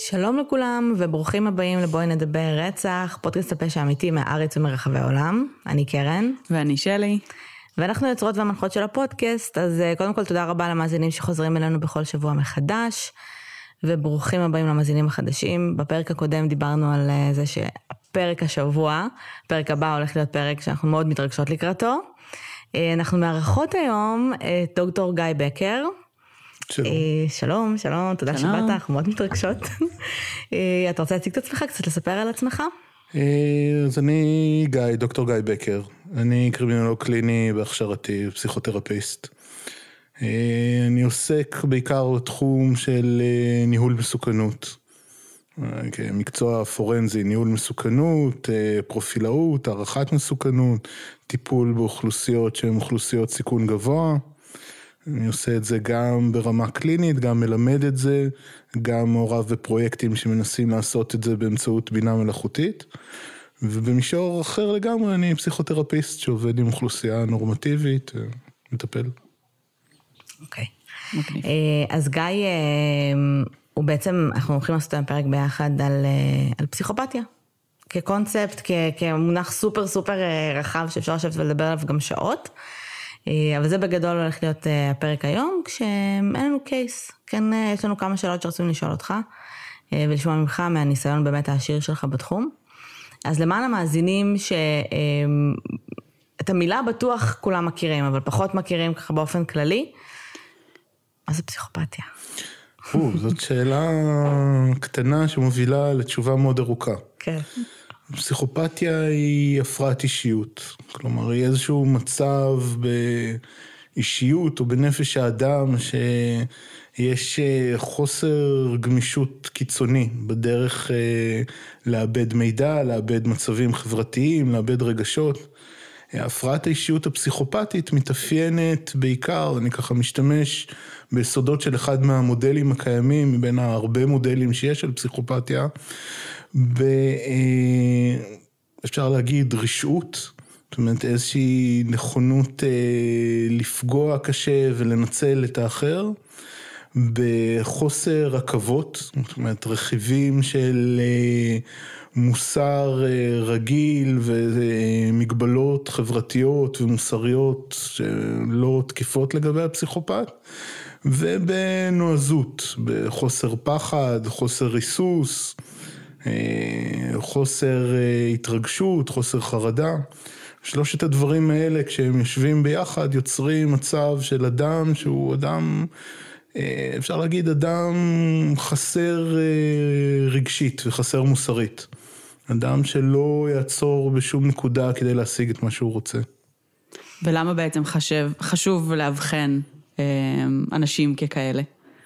שלום לכולם וברוכים הבאים לבואי נדבר רצח, פודקאסט הפשע האמיתי מהארץ ומרחבי העולם. אני קרן. ואני שלי. ואנחנו יוצרות והמנחות של הפודקאסט, אז קודם כל תודה רבה למאזינים שחוזרים אלינו בכל שבוע מחדש, וברוכים הבאים למאזינים החדשים. בפרק הקודם דיברנו על זה שהפרק השבוע, הפרק הבא הולך להיות פרק שאנחנו מאוד מתרגשות לקראתו. אנחנו מארחות היום את דוקטור גיא בקר. שלום. שלום, תודה שבאת, אנחנו מאוד מתרגשות. אתה רוצה להציג את עצמך, קצת לספר על עצמך? אז אני דוקטור גיא בקר, אני קרימינולוג קליני בהכשרתי, פסיכותרפיסט. אני עוסק בעיקר בתחום של ניהול מסוכנות, מקצוע פורנזי, ניהול מסוכנות, פרופילאות, הערכת מסוכנות, טיפול באוכלוסיות שהן אוכלוסיות סיכון גבוה. אני עושה את זה גם ברמה קלינית, גם מלמד את זה, גם מעורב בפרויקטים שמנסים לעשות את זה באמצעות בינה מלאכותית, ובמישור אחר לגמרי אני פסיכותרפיסט שעובד עם אוכלוסייה נורמטיבית, מטפל. אוקיי. אז גיא, הוא בעצם, אנחנו הולכים לעשות היום פרק ביחד על פסיכופתיה, כקונספט, כמונח סופר סופר רחב שאפשר לשבת ולדבר עליו גם שעות, אבל זה בגדול הולך להיות הפרק היום, כשאין לנו קייס, כן, יש לנו כמה שאלות שרצינו לשאול אותך, ולשמוע ממך מהניסיון באמת העשיר שלך בתחום. אז למען המאזינים את המילה בטוח כולם מכירים, אבל פחות מכירים ככה באופן כללי, מה זה פסיכופתיה? זאת שאלה קטנה שמובילה לתשובה מאוד ארוכה. כן. פסיכופתיה היא הפרעת אישיות, כלומר היא איזשהו מצב באישיות או בנפש האדם שיש חוסר גמישות קיצוני בדרך לאבד מידע, לאבד מצבים חברתיים, לאבד רגשות. הפרעת האישיות הפסיכופתית מתאפיינת בעיקר, אני ככה משתמש ביסודות של אחד מהמודלים הקיימים, מבין הרבה מודלים שיש על פסיכופתיה, אפשר להגיד רשעות, זאת אומרת איזושהי נכונות לפגוע קשה ולנצל את האחר, בחוסר עכבות, זאת אומרת רכיבים של מוסר רגיל ומגבלות חברתיות ומוסריות שלא תקיפות לגבי הפסיכופת, ובנועזות, בחוסר פחד, חוסר ריסוס, חוסר התרגשות, חוסר חרדה. שלושת הדברים האלה כשהם יושבים ביחד יוצרים מצב של אדם שהוא אדם, אפשר להגיד אדם חסר רגשית וחסר מוסרית. אדם שלא יעצור בשום נקודה כדי להשיג את מה שהוא רוצה. ולמה בעצם חשוב להבחן אנשים ככאלה?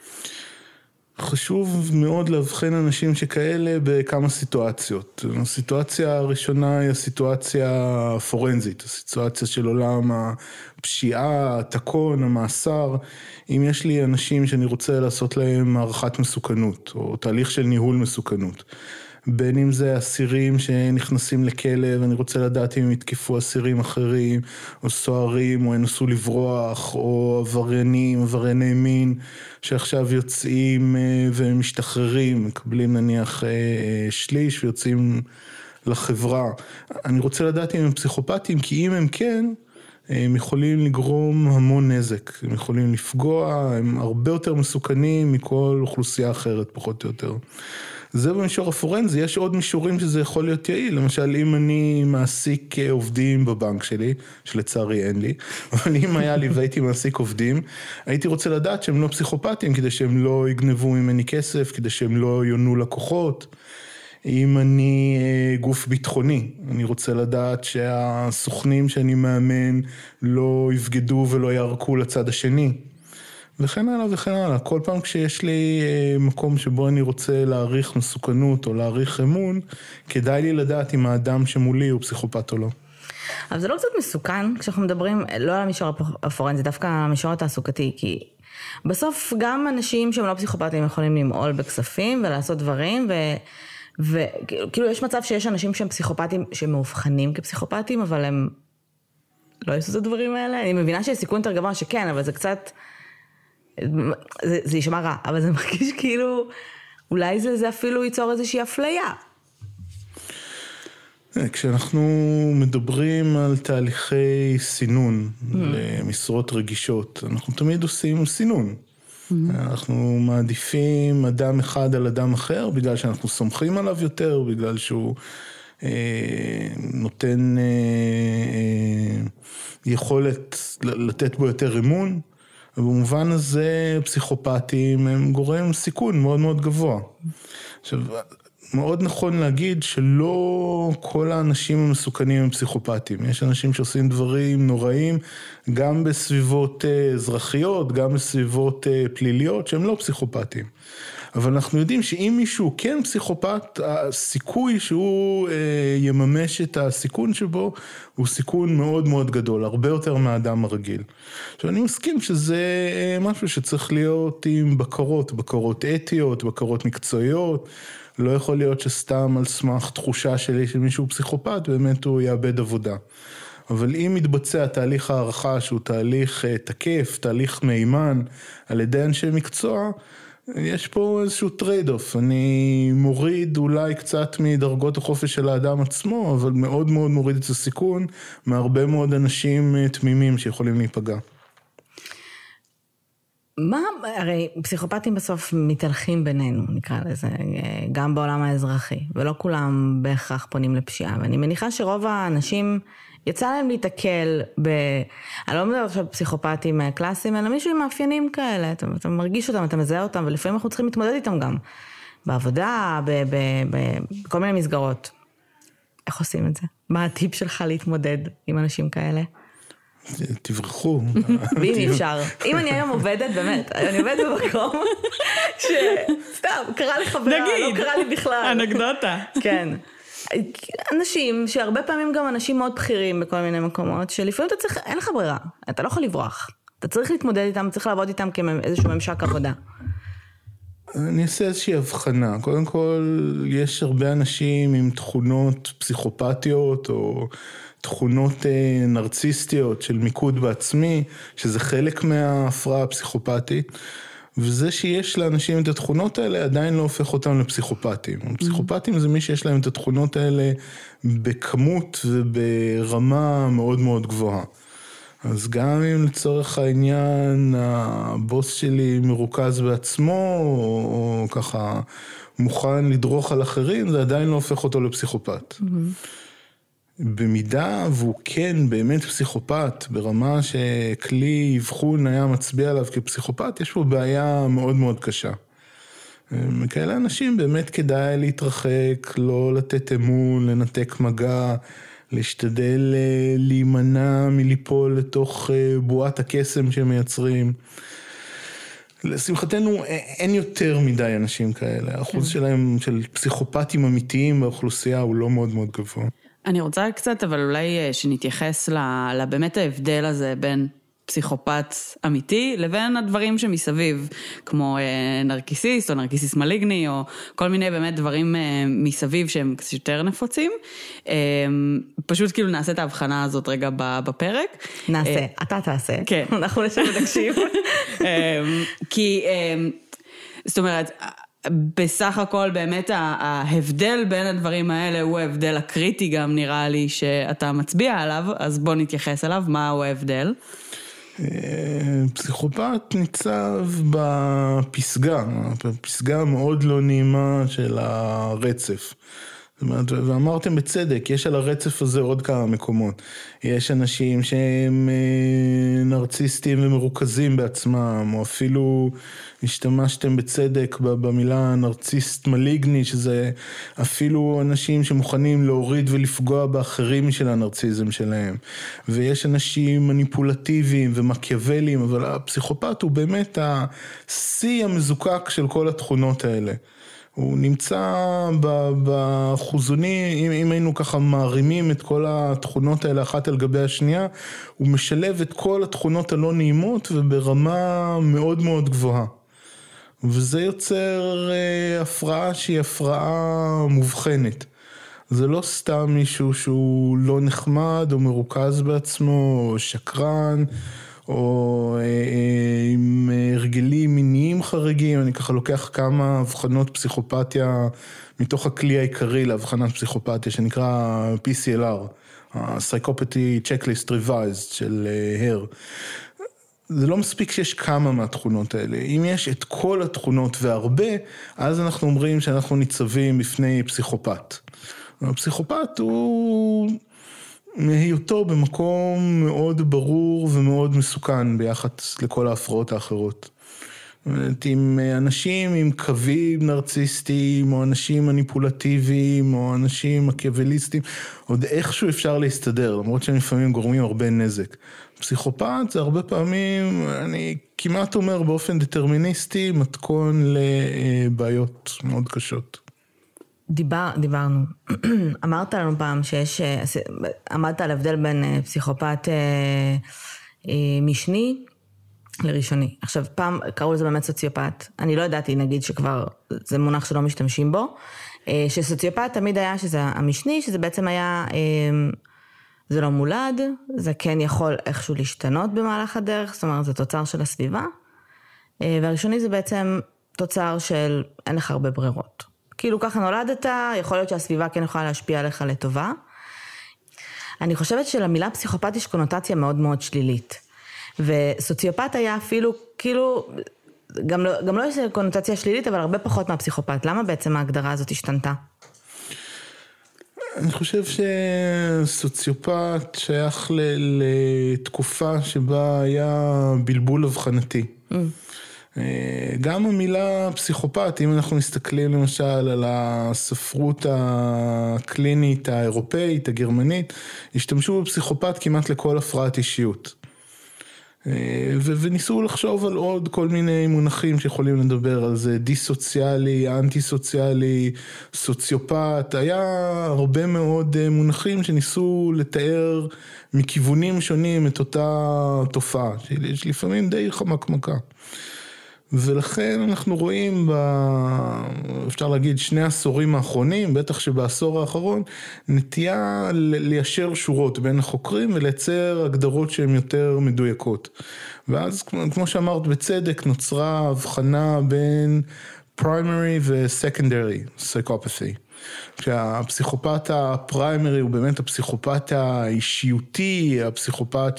חשוב מאוד להבחן אנשים שכאלה בכמה סיטואציות. הסיטואציה הראשונה היא הסיטואציה הפורנזית, הסיטואציה של עולם הפשיעה, התקון, המאסר. אם יש לי אנשים שאני רוצה לעשות להם הערכת מסוכנות, או תהליך של ניהול מסוכנות, בין אם זה אסירים שנכנסים לכלא, ואני רוצה לדעת אם הם יתקפו אסירים אחרים, או סוהרים, או ינסו לברוח, או עברייני מין, שעכשיו יוצאים ומשתחררים, מקבלים נניח שליש, ויוצאים לחברה. אני רוצה לדעת אם הם פסיכופטים, כי אם הם כן, הם יכולים לגרום המון נזק, הם יכולים לפגוע, הם הרבה יותר מסוכנים מכל אוכלוסייה אחרת, פחות או יותר. זה במישור הפורנזי, יש עוד מישורים שזה יכול להיות יעיל, למשל אם אני מעסיק עובדים בבנק שלי, שלצערי אין לי, אבל אם היה לי והייתי מעסיק עובדים, הייתי רוצה לדעת שהם לא פסיכופטים, כדי שהם לא יגנבו ממני כסף, כדי שהם לא יונו לקוחות. אם אני גוף ביטחוני, אני רוצה לדעת שהסוכנים שאני מאמן לא יבגדו ולא יערקו לצד השני. וכן הלאה וכן הלאה. כל פעם כשיש לי מקום שבו אני רוצה להעריך מסוכנות או להעריך אמון, כדאי לי לדעת אם האדם שמולי הוא פסיכופת או לא. אבל זה לא קצת מסוכן כשאנחנו מדברים לא על המישור הפורנזי, דווקא על המישור התעסוקתי, כי בסוף גם אנשים שהם לא פסיכופטים יכולים למעול בכספים ולעשות דברים, וכאילו יש מצב שיש אנשים שהם פסיכופטים, שהם מאובחנים כפסיכופטים, אבל הם לא יעשו את הדברים האלה. אני מבינה שיש סיכון יותר גבוה שכן, אבל זה קצת, זה יישמע רע, אבל זה מרגיש כאילו אולי זה אפילו ייצור איזושהי אפליה. כשאנחנו מדברים על תהליכי סינון למשרות רגישות, אנחנו תמיד עושים סינון. אנחנו מעדיפים אדם אחד על אדם אחר, בגלל שאנחנו סומכים עליו יותר, בגלל שהוא נותן יכולת לתת בו יותר אמון, ובמובן הזה פסיכופטים הם גורם סיכון מאוד מאוד גבוה. עכשיו, מאוד נכון להגיד שלא כל האנשים המסוכנים הם פסיכופטים. יש אנשים שעושים דברים נוראים, גם בסביבות אזרחיות, גם בסביבות פליליות, שהם לא פסיכופטים. אבל אנחנו יודעים שאם מישהו כן פסיכופט, הסיכוי שהוא יממש את הסיכון שבו, הוא סיכון מאוד מאוד גדול, הרבה יותר מהאדם הרגיל. עכשיו אני מסכים שזה משהו שצריך להיות עם בקרות אתיות, בקרות מקצועיות, לא יכול להיות שסתם על סמך תחושה שלי של מישהו פסיכופט, באמת הוא יאבד עבודה. אבל אם מתבצע תהליך הערכה שהוא תהליך תקף, תהליך מימן, על ידי אנשי מקצוע, יש פה איזשהו טרייד-אוף. אני מוריד אולי קצת מדרגות החופש של האדם עצמו, אבל מאוד מאוד מוריד את הסיכון מהרבה מאוד אנשים תמימים שיכולים להיפגע. הרי פסיכופטים בסוף מתהלכים בינינו, נקרא לזה, גם בעולם האזרחי, ולא כולם בהכרח פונים לפשיעה, ואני מניחה שרוב האנשים יצא להם להתקל אני לא מדבר עכשיו פסיכופטים קלאסיים, אלא מישהו עם מאפיינים כאלה, אתה מרגיש אותם, אתה מזהה אותם, ולפעמים אנחנו צריכים להתמודד איתם גם, בעבודה, בכל מיני מסגרות. איך עושים את זה? מה הטיפ שלך להתמודד עם אנשים כאלה? תברחו. ואם אפשר. אם אני היום עובדת, באמת, אני עובדת במקום שסתם, קרא לי חברה, לא קרא לי בכלל. אנקדוטה. כן. אנשים, שהרבה פעמים גם אנשים מאוד בכירים בכל מיני מקומות, שלפעמים אתה צריך, אין לך ברירה, אתה לא יכול לברוח. אתה צריך להתמודד איתם, צריך לעבוד איתם כאיזשהו ממשק עבודה. אני אעשה איזושהי הבחנה. קודם כל, יש הרבה אנשים עם תכונות פסיכופתיות, או תכונות נרציסטיות של מיקוד בעצמי, שזה חלק מההפרעה הפסיכופתית, וזה שיש לאנשים את התכונות האלה עדיין לא הופך אותם לפסיכופטים. פסיכופטים זה מי שיש להם את התכונות האלה בכמות וברמה מאוד מאוד גבוהה. אז גם אם לצורך העניין הבוס שלי מרוכז בעצמו, או ככה מוכן לדרוך על אחרים, זה עדיין לא הופך אותו לפסיכופט. במידה והוא כן באמת פסיכופט, ברמה שכלי אבחון היה מצביע עליו כפסיכופט, יש פה בעיה מאוד מאוד קשה. מכאלה אנשים באמת כדאי להתרחק, לא לתת אמון, לנתק מגע, להשתדל להימנע מליפול לתוך בועת הקסם שמייצרים. לשמחתנו אין יותר מדי אנשים כאלה, האחוז שלהם של פסיכופטים אמיתיים באוכלוסייה הוא לא מאוד מאוד גבוה. אני רוצה קצת, אבל אולי שנתייחס לבאמת ההבדל הזה בין פסיכופת אמיתי לבין הדברים שמסביב, כמו נרקיסיסט או נרקיסיסט מליגני, או כל מיני באמת דברים מסביב שהם קצת יותר נפוצים. פשוט כאילו נעשה את ההבחנה הזאת רגע בפרק. נעשה, אתה תעשה. כן. אנחנו נשב ונקשיב. כי, זאת אומרת, בסך הכל באמת ההבדל בין הדברים האלה הוא ההבדל הקריטי גם נראה לי שאתה מצביע עליו, אז בוא נתייחס אליו, מהו ההבדל? פסיכופת ניצב בפסגה מאוד לא נעימה של הרצף. זאת אומרת, ואמרתם בצדק, יש על הרצף הזה עוד כמה מקומות. יש אנשים שהם נרציסטים ומרוכזים בעצמם, או אפילו השתמשתם בצדק במילה נרציסט מליגני, שזה אפילו אנשים שמוכנים להוריד ולפגוע באחרים של הנרציזם שלהם. ויש אנשים מניפולטיביים ומקיאבליים, אבל הפסיכופת הוא באמת השיא המזוקק של כל התכונות האלה. הוא נמצא באחוזוני, אם היינו ככה מערימים את כל התכונות האלה אחת על גבי השנייה, הוא משלב את כל התכונות הלא נעימות וברמה מאוד מאוד גבוהה. וזה יוצר הפרעה שהיא הפרעה מובחנת. זה לא סתם מישהו שהוא לא נחמד או מרוכז בעצמו או שקרן, או עם הרגלים מיניים חריגים, אני ככה לוקח כמה הבחנות פסיכופתיה מתוך הכלי העיקרי להבחנת פסיכופתיה, שנקרא PCLR, Psychopathy Checklist Revised של הר. זה לא מספיק שיש כמה מהתכונות האלה. אם יש את כל התכונות והרבה, אז אנחנו אומרים שאנחנו ניצבים בפני פסיכופת. הפסיכופת הוא מהיותו במקום מאוד ברור ומאוד מסוכן ביחס לכל ההפרעות האחרות. עם אנשים עם קווים נרציסטיים, או אנשים מניפולטיביים, או אנשים מקיאווליסטיים, עוד איכשהו אפשר להסתדר, למרות שהם לפעמים גורמים הרבה נזק. פסיכופת זה הרבה פעמים, אני כמעט אומר באופן דטרמיניסטי, מתכון לבעיות מאוד קשות. דיברנו, אמרת לנו פעם עמדת על הבדל בין פסיכופת משני לראשוני. עכשיו, פעם קראו לזה באמת סוציופת. אני לא ידעתי, נגיד שכבר זה מונח שלא משתמשים בו. שסוציופת תמיד היה שזה המשני, שזה בעצם היה, זה לא מולד, זה כן יכול איכשהו להשתנות במהלך הדרך, זאת אומרת, זה תוצר של הסביבה. והראשוני זה בעצם תוצר של אין לך הרבה ברירות. כאילו ככה נולדת, יכול להיות שהסביבה כן יכולה להשפיע עליך לטובה. אני חושבת שלמילה פסיכופת יש קונוטציה מאוד מאוד שלילית. וסוציופת היה אפילו, כאילו, גם לא יש קונוטציה שלילית, אבל הרבה פחות מהפסיכופת. למה בעצם ההגדרה הזאת השתנתה? אני חושב שסוציופת שייך לתקופה שבה היה בלבול הבחנתי. גם המילה פסיכופת, אם אנחנו מסתכלים למשל על הספרות הקלינית האירופאית, הגרמנית, השתמשו בפסיכופת כמעט לכל הפרעת אישיות. וניסו לחשוב על עוד כל מיני מונחים שיכולים לדבר על זה, דיסוציאלי, אנטי-סוציאלי, סוציופת, היה הרבה מאוד מונחים שניסו לתאר מכיוונים שונים את אותה תופעה, שלפעמים די חמקמקה. ולכן אנחנו רואים, אפשר להגיד, 2 העשורים האחרונים, בטח שבעשור האחרון, נטייה ליישר שורות בין החוקרים ולייצר הגדרות שהן יותר מדויקות. ואז, כמו שאמרת בצדק, נוצרה הבחנה בין primary ו-secondary psychopathy. שהפסיכופת הפריימרי הוא באמת הפסיכופת האישיותי, הפסיכופת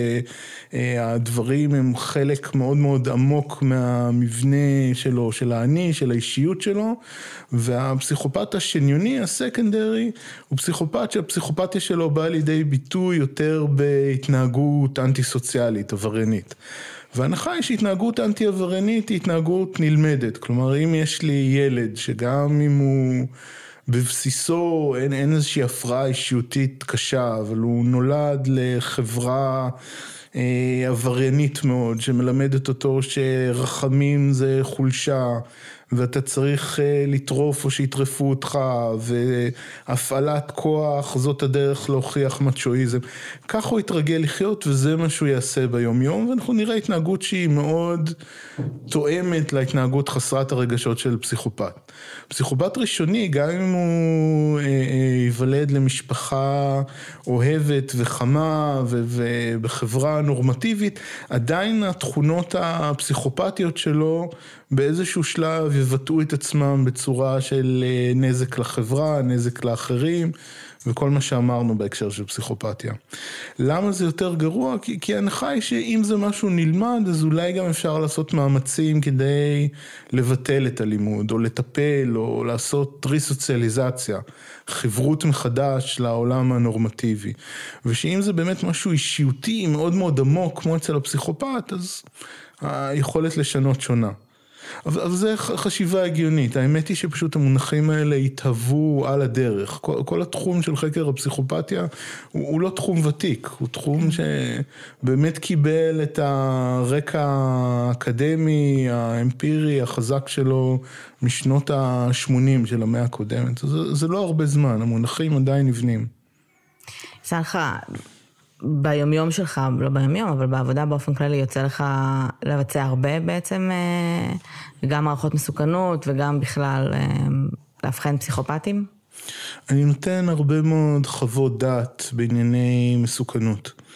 שהדברים הם חלק מאוד מאוד עמוק מהמבנה שלו, של האני, של האישיות שלו, והפסיכופת השניוני, הסקנדרי, הוא פסיכופת שהפסיכופתיה שלו באה לידי ביטוי יותר בהתנהגות אנטי-סוציאלית, עבריינית. וההנחה היא שהתנהגות אנטי-עבריינית היא התנהגות נלמדת, כלומר אם יש לי ילד שגם אם הוא בבסיסו אין איזושהי הפרעה אישיותית קשה, אבל הוא נולד לחברה עבריינית מאוד, שמלמדת אותו שרחמים זה חולשה, ואתה צריך לטרוף או שיטרפו אותך, והפעלת כוח זאת הדרך להוכיח מצ'ואיזם. כך הוא יתרגל לחיות, וזה מה שהוא יעשה ביום יום, ואנחנו נראה התנהגות שהיא מאוד תואמת להתנהגות חסרת הרגשות של פסיכופת. פסיכופת ראשוני, גם אם הוא ייוולד למשפחה אוהבת וחמה ובחברה נורמטיבית, עדיין התכונות הפסיכופתיות שלו באיזשהו שלב יבטאו את עצמם בצורה של נזק לחברה, נזק לאחרים, וכל מה שאמרנו בהקשר של פסיכופתיה. למה זה יותר גרוע? כי ההנחה היא שאם זה משהו נלמד, אז אולי גם אפשר לעשות מאמצים כדי לבטל את הלימוד, או לטפל, או לעשות ריסוציאליזציה, חברות מחדש לעולם הנורמטיבי. ושאם זה באמת משהו אישיותי מאוד מאוד עמוק, כמו אצל הפסיכופת, אז היכולת לשנות שונה. אבל זה חשיבה הגיונית, האמת היא שפשוט המונחים האלה התהוו על הדרך, כל התחום של חקר הפסיכופתיה הוא לא תחום ותיק, הוא תחום שבאמת קיבל את הרקע האקדמי, האמפירי, החזק שלו משנות ה-80 של המאה הקודמת, זה לא הרבה זמן, המונחים עדיין נבנים. סליחה, ביומיום שלך, לא ביומיום, אבל בעבודה באופן כללי יוצא לך לבצע הרבה בעצם, גם מערכות מסוכנות וגם בכלל להבחן פסיכופטים? אני נותן הרבה מאוד חוות דעת בענייני מסוכנות.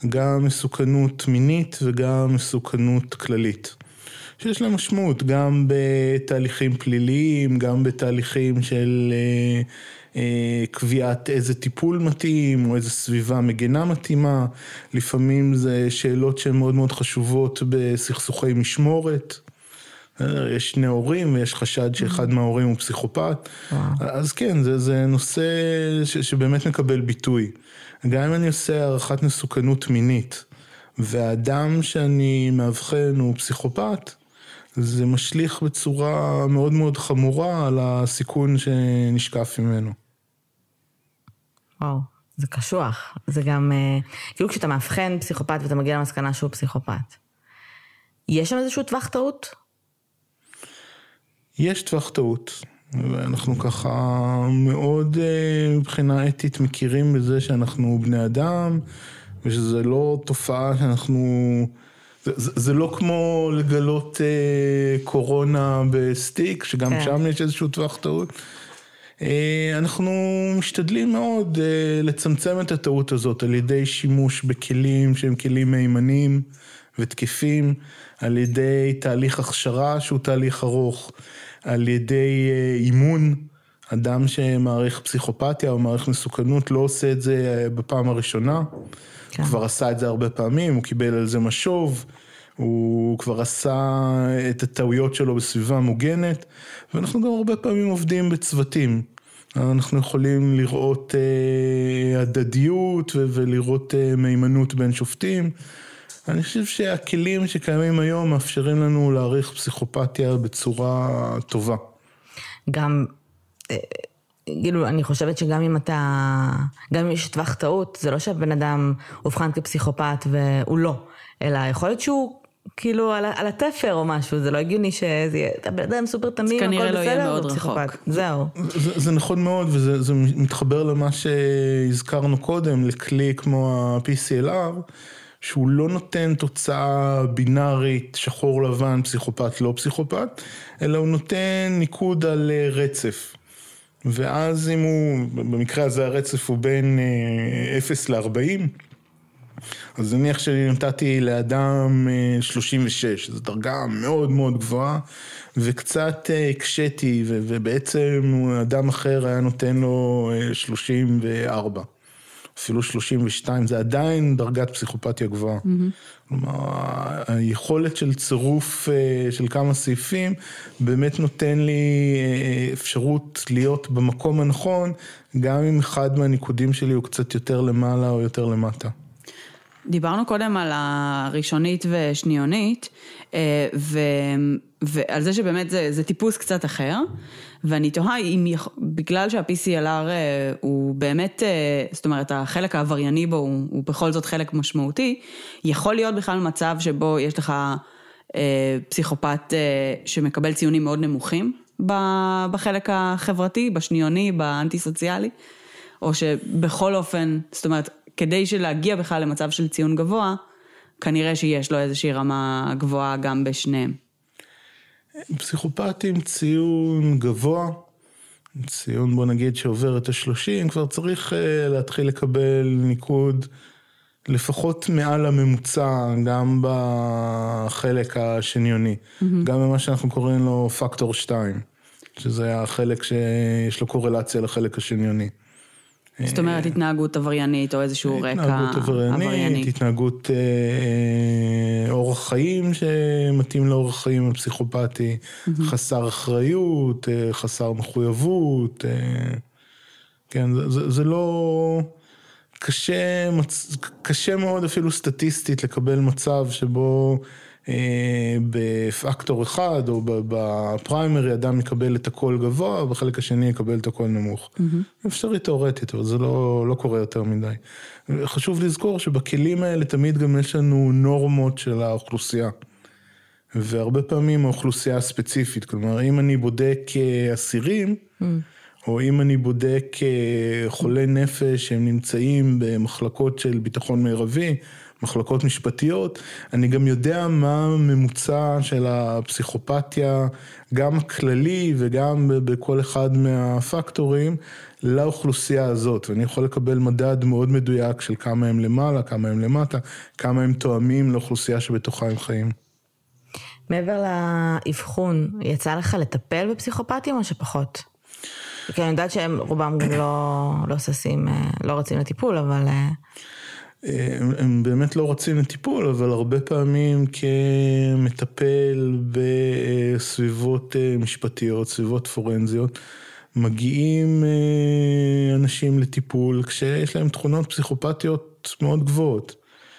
גם מסוכנות מינית וגם מסוכנות כללית. שיש לה משמעות גם בתהליכים פליליים, גם בתהליכים של קביעת איזה טיפול מתאים או איזה סביבה מגנה מתאימה. לפעמים זה שאלות שהן מאוד מאוד חשובות בסכסוכי משמורת. יש שני הורים ויש חשד שאחד מההורים הוא פסיכופת. אז כן, זה נושא שבאמת מקבל ביטוי. גם אם אני עושה הערכת מסוכנות מינית, והאדם שאני מאבחן הוא פסיכופת, זה משליך בצורה מאוד מאוד חמורה על הסיכון שנשקף ממנו. וואו, זה קשוח. זה גם, כאילו כשאתה מאבחן פסיכופת ואתה מגיע למסקנה שהוא פסיכופת, יש שם איזשהו טווח טעות? יש טווח טעות, ואנחנו ככה מאוד מבחינה אתית מכירים בזה שאנחנו בני אדם, ושזה לא תופעה שאנחנו... זה לא כמו לגלות קורונה בסטיק, שגם שם יש איזשהו טווח טעות. אנחנו משתדלים מאוד לצמצם את הטעות הזאת על ידי שימוש בכלים שהם כלים מהימנים ותקפים, על ידי תהליך הכשרה שהוא תהליך ארוך, על ידי אימון. אדם שמעריך פסיכופתיה או מעריך מסוכנות לא עושה את זה בפעם הראשונה, הוא כבר עשה את זה הרבה פעמים, הוא קיבל על זה משוב, הוא כבר עשה את הטעויות שלו בסביבה מוגנת, ואנחנו גם הרבה פעמים עובדים בצוותים. אנחנו יכולים לראות הדדיות ולראות מהימנות בין שופטים. אני חושב שהכלים שקיימים היום מאפשרים לנו להעריך פסיכופתיה בצורה טובה. גם, כאילו, אני חושבת שגם אם גם אם יש טווח טעות, זה לא שהבן אדם הובחן כפסיכופת והוא לא, אלא יכול להיות שהוא כאילו על התפר או משהו, זה לא הגיוני שזה יהיה, הבן אדם סופר תמים, הכל לא יהיה מאוד בסדר, רחוק. זהו. זה נכון מאוד, וזה מתחבר למה שהזכרנו קודם, לכלי כמו ה-PCLR, שהוא לא נותן תוצאה בינארית, שחור לבן, פסיכופת, לא פסיכופת, אלא הוא נותן ניקוד על רצף. ואז אם הוא, במקרה הזה הרצף הוא בין 0 ל-40, אז נניח שנתתי לאדם 36, זו דרגה מאוד מאוד גבוהה, וקצת הקשיתי, ובעצם אדם אחר היה נותן לו 34. אפילו 32, זה עדיין דרגת פסיכופתיה גבוהה. כלומר, היכולת של צירוף של כמה סעיפים, באמת נותן לי אפשרות להיות במקום הנכון, גם אם אחד מהניקודים שלי הוא קצת יותר למעלה או יותר למטה. דיברנו קודם על הראשונית ושניונית, ועל זה שבאמת זה טיפוס קצת אחר, ואני תוהה אם בגלל שה-PCLR הוא באמת, זאת אומרת החלק העברייני בו הוא בכל זאת חלק משמעותי, יכול להיות בכלל מצב שבו יש לך פסיכופת שמקבל ציונים מאוד נמוכים בחלק החברתי, בשניוני, באנטי-סוציאלי, או שבכל אופן, זאת אומרת, כדי שלהגיע בכלל למצב של ציון גבוה, כנראה שיש לו איזושהי רמה גבוהה גם בשניהם. פסיכופטים ציון גבוה, ציון בוא נגיד שעובר את ה-30, כבר צריך להתחיל לקבל ניקוד לפחות מעל הממוצע, גם בחלק השניוני, גם במה שאנחנו קוראים לו פקטור 2, שזה החלק שיש לו קורלציה לחלק השניוני. זאת אומרת, התנהגות עבריינית או איזשהו רקע התנהגות עבריינית, התנהגות אורח חיים שמתאים לאורח חיים הפסיכופתי, חסר אחריות, חסר מחויבות, כן, זה לא... קשה מאוד אפילו סטטיסטית לקבל מצב שבו בפקטור אחד או בפריימרי אדם יקבל את הכל גבוה, ובחלק השני יקבל את הכל נמוך. אפשרי תיאורטית, אבל זה לא קורה יותר מדי. חשוב לזכור שבכלים האלה תמיד גם יש לנו נורמות של האוכלוסייה. והרבה פעמים האוכלוסייה הספציפית, כלומר אם אני בודק אסירים, או אם אני בודק חולי נפש שהם נמצאים במחלקות של ביטחון מרבי, מחלקות משפטיות, אני גם יודע מה הממוצע של הפסיכופתיה, גם הכללי וגם בכל אחד מהפקטורים, לאוכלוסייה הזאת, ואני יכול לקבל מדד מאוד מדויק של כמה הם למעלה, כמה הם למטה, כמה הם תואמים לאוכלוסייה שבתוכה הם חיים. מעבר לאבחון, יצא לך לטפל בפסיכופתים או שפחות? כי אני יודעת שהם רובם גם לא ססים, לא רצים לטיפול, אבל... הם באמת לא רצים לטיפול, אבל הרבה פעמים כמטפל בסביבות משפטיות, סביבות פורנזיות, מגיעים אנשים לטיפול כשיש להם תכונות פסיכופתיות מאוד גבוהות.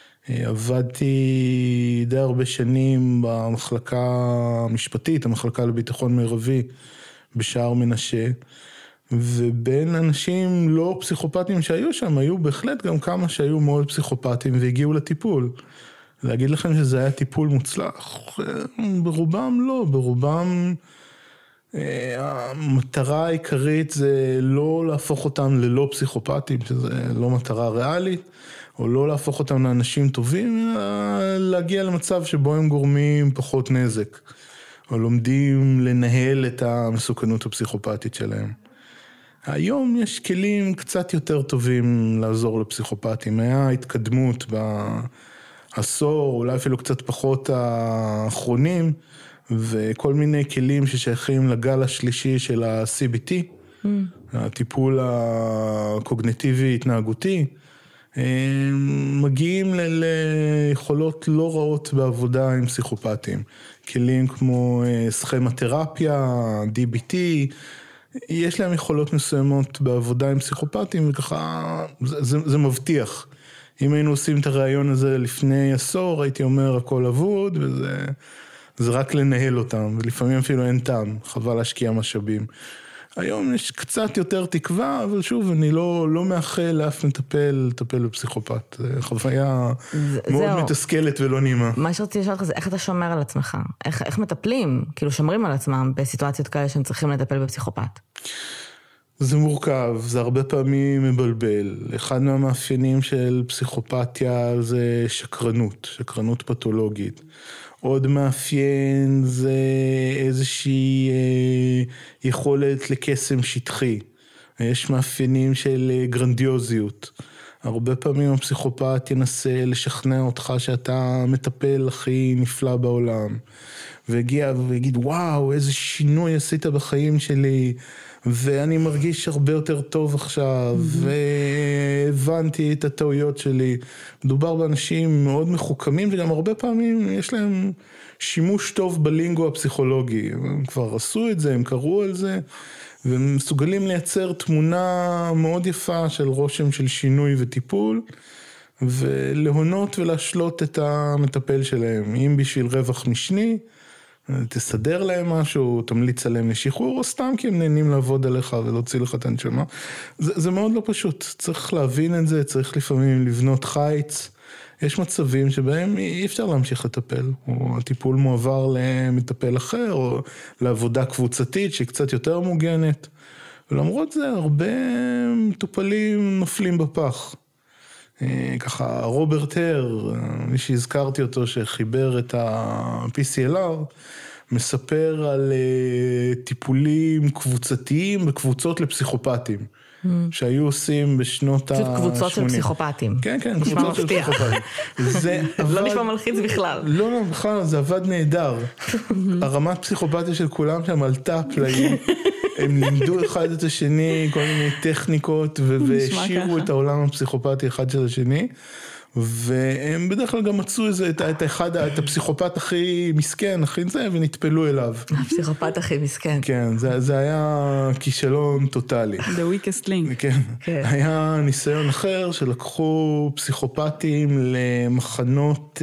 עבדתי די הרבה שנים במחלקה המשפטית, המחלקה לביטחון מרבי בשער מנשה, ובין אנשים לא פסיכופטיים שהיו שם, היו בהחלט גם כמה שהיו מאוד פסיכופטיים והגיעו לטיפול. להגיד לכם שזה היה טיפול מוצלח? ברובם לא, ברובם המטרה העיקרית זה לא להפוך אותם ללא פסיכופטיים, שזה לא מטרה ריאלית, או לא להפוך אותם לאנשים טובים, אלא להגיע למצב שבו הם גורמים פחות נזק, או לומדים לנהל את המסוכנות הפסיכופטית שלהם. היום יש כלים קצת יותר טובים לעזור לפסיכופטים, היה התקדמות בעשור, אולי אפילו קצת פחות האחרונים, וכל מיני כלים ששייכים לגל השלישי של ה-CBT, הטיפול הקוגניטיבי התנהגותי, מגיעים ליכולות לא רעות בעבודה עם פסיכופטים. כלים כמו סכמתרפיה, DBT, יש להם יכולות מסוימות בעבודה עם פסיכופטים, וככה זה מבטיח. אם היינו עושים את הרעיון הזה לפני עשור, הייתי אומר הכל אבוד, וזה רק לנהל אותם, ולפעמים אפילו אין טעם, חבל להשקיע משאבים. היום יש קצת יותר תקווה, אבל שוב, אני לא מאחל לאף לטפל בפסיכופת. זה חוויה מאוד מתסכלת ולא נעימה. מה שרציתי לשאול לך זה, איך אתה שומר על עצמך? איך מטפלים? כאילו שומרים על עצמם בסיטואציות כאלה שהם צריכים לטפל בפסיכופת? זה מורכב, זה הרבה פעמים מבלבל. אחד מהמאפיינים של פסיכופתיה זה שקרנות פתולוגית. עוד מאפיין זה איזושהי יכולת לקסם שטחי. יש מאפיינים של גרנדיוזיות. הרבה פעמים הפסיכופת ינסה לשכנע אותך שאתה מטפל הכי נפלא בעולם. והגיע ויגיד, וואו, איזה שינוי עשית בחיים שלי, ואני מרגיש הרבה יותר טוב עכשיו, והבנתי את הטעויות שלי. מדובר באנשים מאוד מחוכמים, וגם הרבה פעמים יש להם שימוש טוב בלינגו הפסיכולוגי. הם כבר עשו את זה, הם קראו על זה, והם מסוגלים לייצר תמונה מאוד יפה של רושם של שינוי וטיפול, ולהונות ולהשלות את המטפל שלהם. אם בשביל רווח משני, תסדר להם משהו, תמליץ עליהם לשחרור, או סתם כי הם נהנים לעבוד עליך ולהוציא לך את הנשמה. זה מאוד לא פשוט, צריך להבין את זה, צריך לפעמים לבנות חיץ. יש מצבים שבהם אי אפשר להמשיך לטפל, או הטיפול מועבר למטפל אחר, או לעבודה קבוצתית שהיא קצת יותר מוגנת. ולמרות זה, הרבה מטופלים נופלים בפח. ככה רוברט הר, מי שהזכרתי אותו שחיבר את ה-PCLR, מספר על טיפולים קבוצתיים בקבוצות לפסיכופטים, שהיו עושים בשנות ה-80. קבוצות של פסיכופטים. כן, קבוצות של פסיכופטים. לא נשמע מלחיץ בכלל. לא, בכלל, זה עבד נהדר. הרמת פסיכופתיה של כולם שם עלתה פלאים. הם לימדו אחד את השני, כל מיני טכניקות, והשאירו את העולם הפסיכופתי אחד של השני, והם בדרך כלל גם מצאו את הפסיכופת הכי מסכן, הכי זה, ונטפלו אליו. הפסיכופת הכי מסכן. כן, זה היה כישלון טוטלי. The weakest link. כן, היה ניסיון אחר שלקחו פסיכופתים למחנות,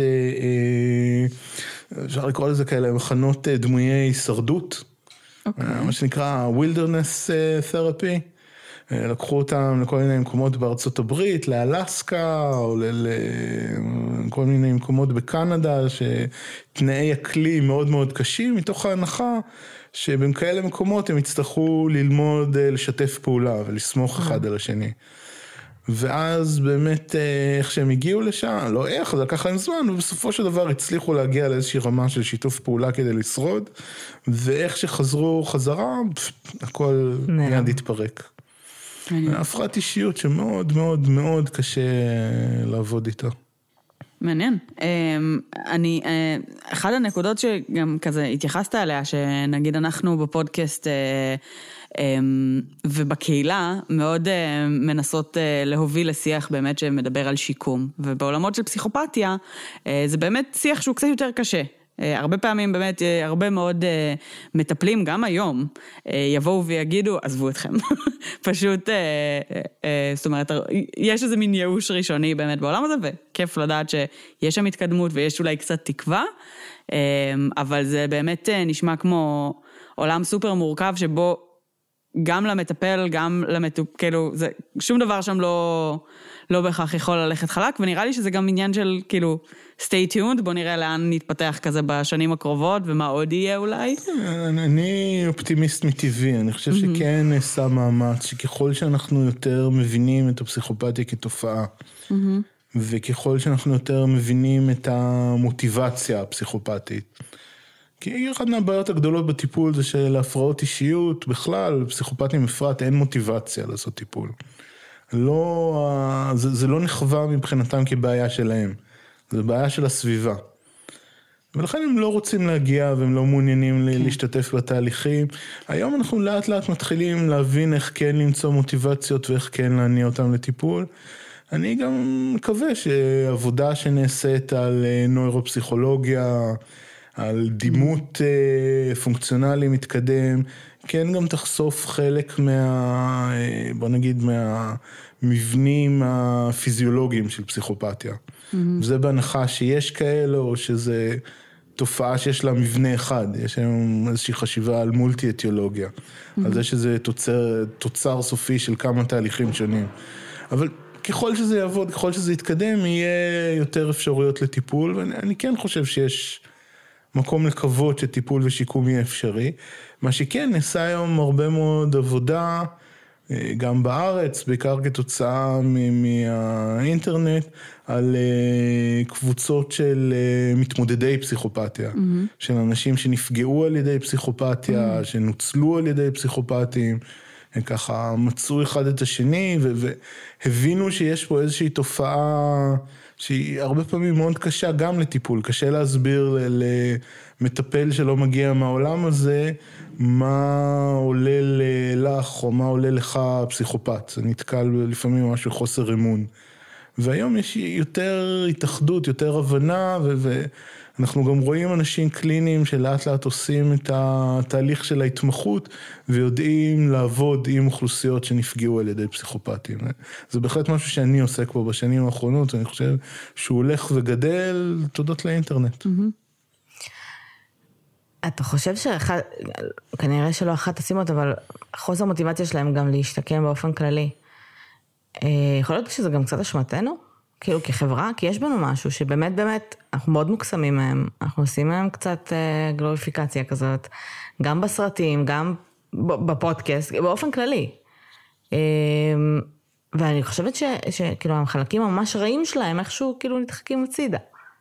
אפשר לקרוא לזה כאלה, מחנות דמויי הישרדות, מה שנקרא wilderness therapy, לקחו אותם לכל מיני מקומות בארצות הברית, לאלסקה, או לכל מיני מקומות בקנדה, שתנאי אקלים מאוד מאוד קשים, מתוך ההנחה שבכאלה מקומות הם יצטרכו ללמוד לשתף פעולה, ולסמוך אחד על השני. ואז באמת איך שהם הגיעו לשם, לא איך, זה לקח להם זמן, ובסופו של דבר הצליחו להגיע לאיזושהי רמה של שיתוף פעולה כדי לשרוד, ואיך שחזרו חזרה, הכל מיד התפרק. הפרעת אישיות שמאוד מאוד מאוד קשה לעבוד איתה. מעניין. אחד הנקודות שגם כזה התייחסת עליה, שנגיד אנחנו בפודקאסט ובקהילה מאוד מנסות להוביל לשיח באמת שמדבר על שיקום, ובעולמות של פסיכופתיה זה באמת שיח שהוא קצת יותר קשה. הרבה פעמים באמת, הרבה מאוד מטפלים, גם היום, יבואו ויגידו, עזבו אתכם. פשוט, זאת אומרת, יש איזה מין ייאוש ראשוני באמת בעולם הזה, וכיף לדעת שיש שם התקדמות ויש אולי קצת תקווה, אבל זה באמת נשמע כמו עולם סופר מורכב, שבו גם למטפל, גם כאילו, זה, שום דבר שם לא בהכרח יכול ללכת חלק, ונראה לי שזה גם עניין של, כאילו, stay tuned, בוא נראה לאן נתפתח כזה בשנים הקרובות, ומה עוד יהיה אולי. אני אופטימיסט מטבעי, אני חושב שכן נעשה מאמץ, שככל שאנחנו יותר מבינים את הפסיכופתיה כתופעה, וככל שאנחנו יותר מבינים את המוטיבציה הפסיכופתית, כי אחד מהבעיות הגדולות בטיפול זה שלהפרעות אישיות, בכלל, פסיכופתים בפרט, אין מוטיבציה לעשות טיפול. זה לא נחווה מבחינתם כבעיה שלהם, זה בעיה של הסביבה. ולכן הם לא רוצים להגיע והם לא מעוניינים להשתתף בתהליכים. היום אנחנו לאט לאט מתחילים להבין איך כן למצוא מוטיבציות ואיך כן להניע אותם לטיפול. אני גם מקווה שעבודה שנעשית על נוירופסיכולוגיה, על דימות פונקציונלי מתקדם, כן גם תחשוף חלק בוא נגיד, מהמבנים הפיזיולוגיים של פסיכופתיה. זה בהנחה שיש כאלה, או שזה תופעה שיש לה מבנה אחד, יש היום איזושהי חשיבה על מולטי-אטיולוגיה, על זה שזה תוצר סופי של כמה תהליכים שונים. אבל ככל שזה יעבוד, ככל שזה יתקדם, יהיה יותר אפשרויות לטיפול, ואני כן חושב שיש מקום לקוות שטיפול ושיקום יהיה אפשרי. מה שכן, נעשה היום הרבה מאוד עבודה, גם בארץ, בעיקר כתוצאה מהאינטרנט, על קבוצות של מתמודדי פסיכופתיה, של אנשים שנפגעו על ידי פסיכופתיה, שנוצלו על ידי פסיכופתים, הם ככה מצאו אחד את השני, והבינו שיש פה איזושהי תופעה שהיא הרבה פעמים מאוד קשה גם לטיפול, קשה להסביר למטפל שלא מגיע מהעולם הזה, מה עולה לך או מה עולה לך פסיכופת, זה נתקל לפעמים משהו חוסר אמון. והיום יש יותר התאחדות, יותר הבנה, ואנחנו גם רואים אנשים קליניים שלאט לאט עושים את התהליך של ההתמחות, ויודעים לעבוד עם אוכלוסיות שנפגעו על ידי פסיכופתים. זה בהחלט משהו שאני עוסק בו בשנים האחרונות, ואני חושב שהוא הולך וגדל תודות לאינטרנט. אתה חושב כנראה שלא אחת הסימות, אבל חוסר מוטיבציה שלהם גם להשתקם באופן כללי. יכול להיות שזה גם קצת אשמתנו? כאילו כחברה, כי יש בנו משהו שבאמת באמת, אנחנו מאוד מוקסמים מהם, אנחנו עושים מהם קצת גלוריפיקציה כזאת, גם בסרטים, גם בפודקאסט, באופן כללי. ואני חושבת שכאילו החלקים ממש רעים שלהם, איכשהו כאילו נדחקים הצידה.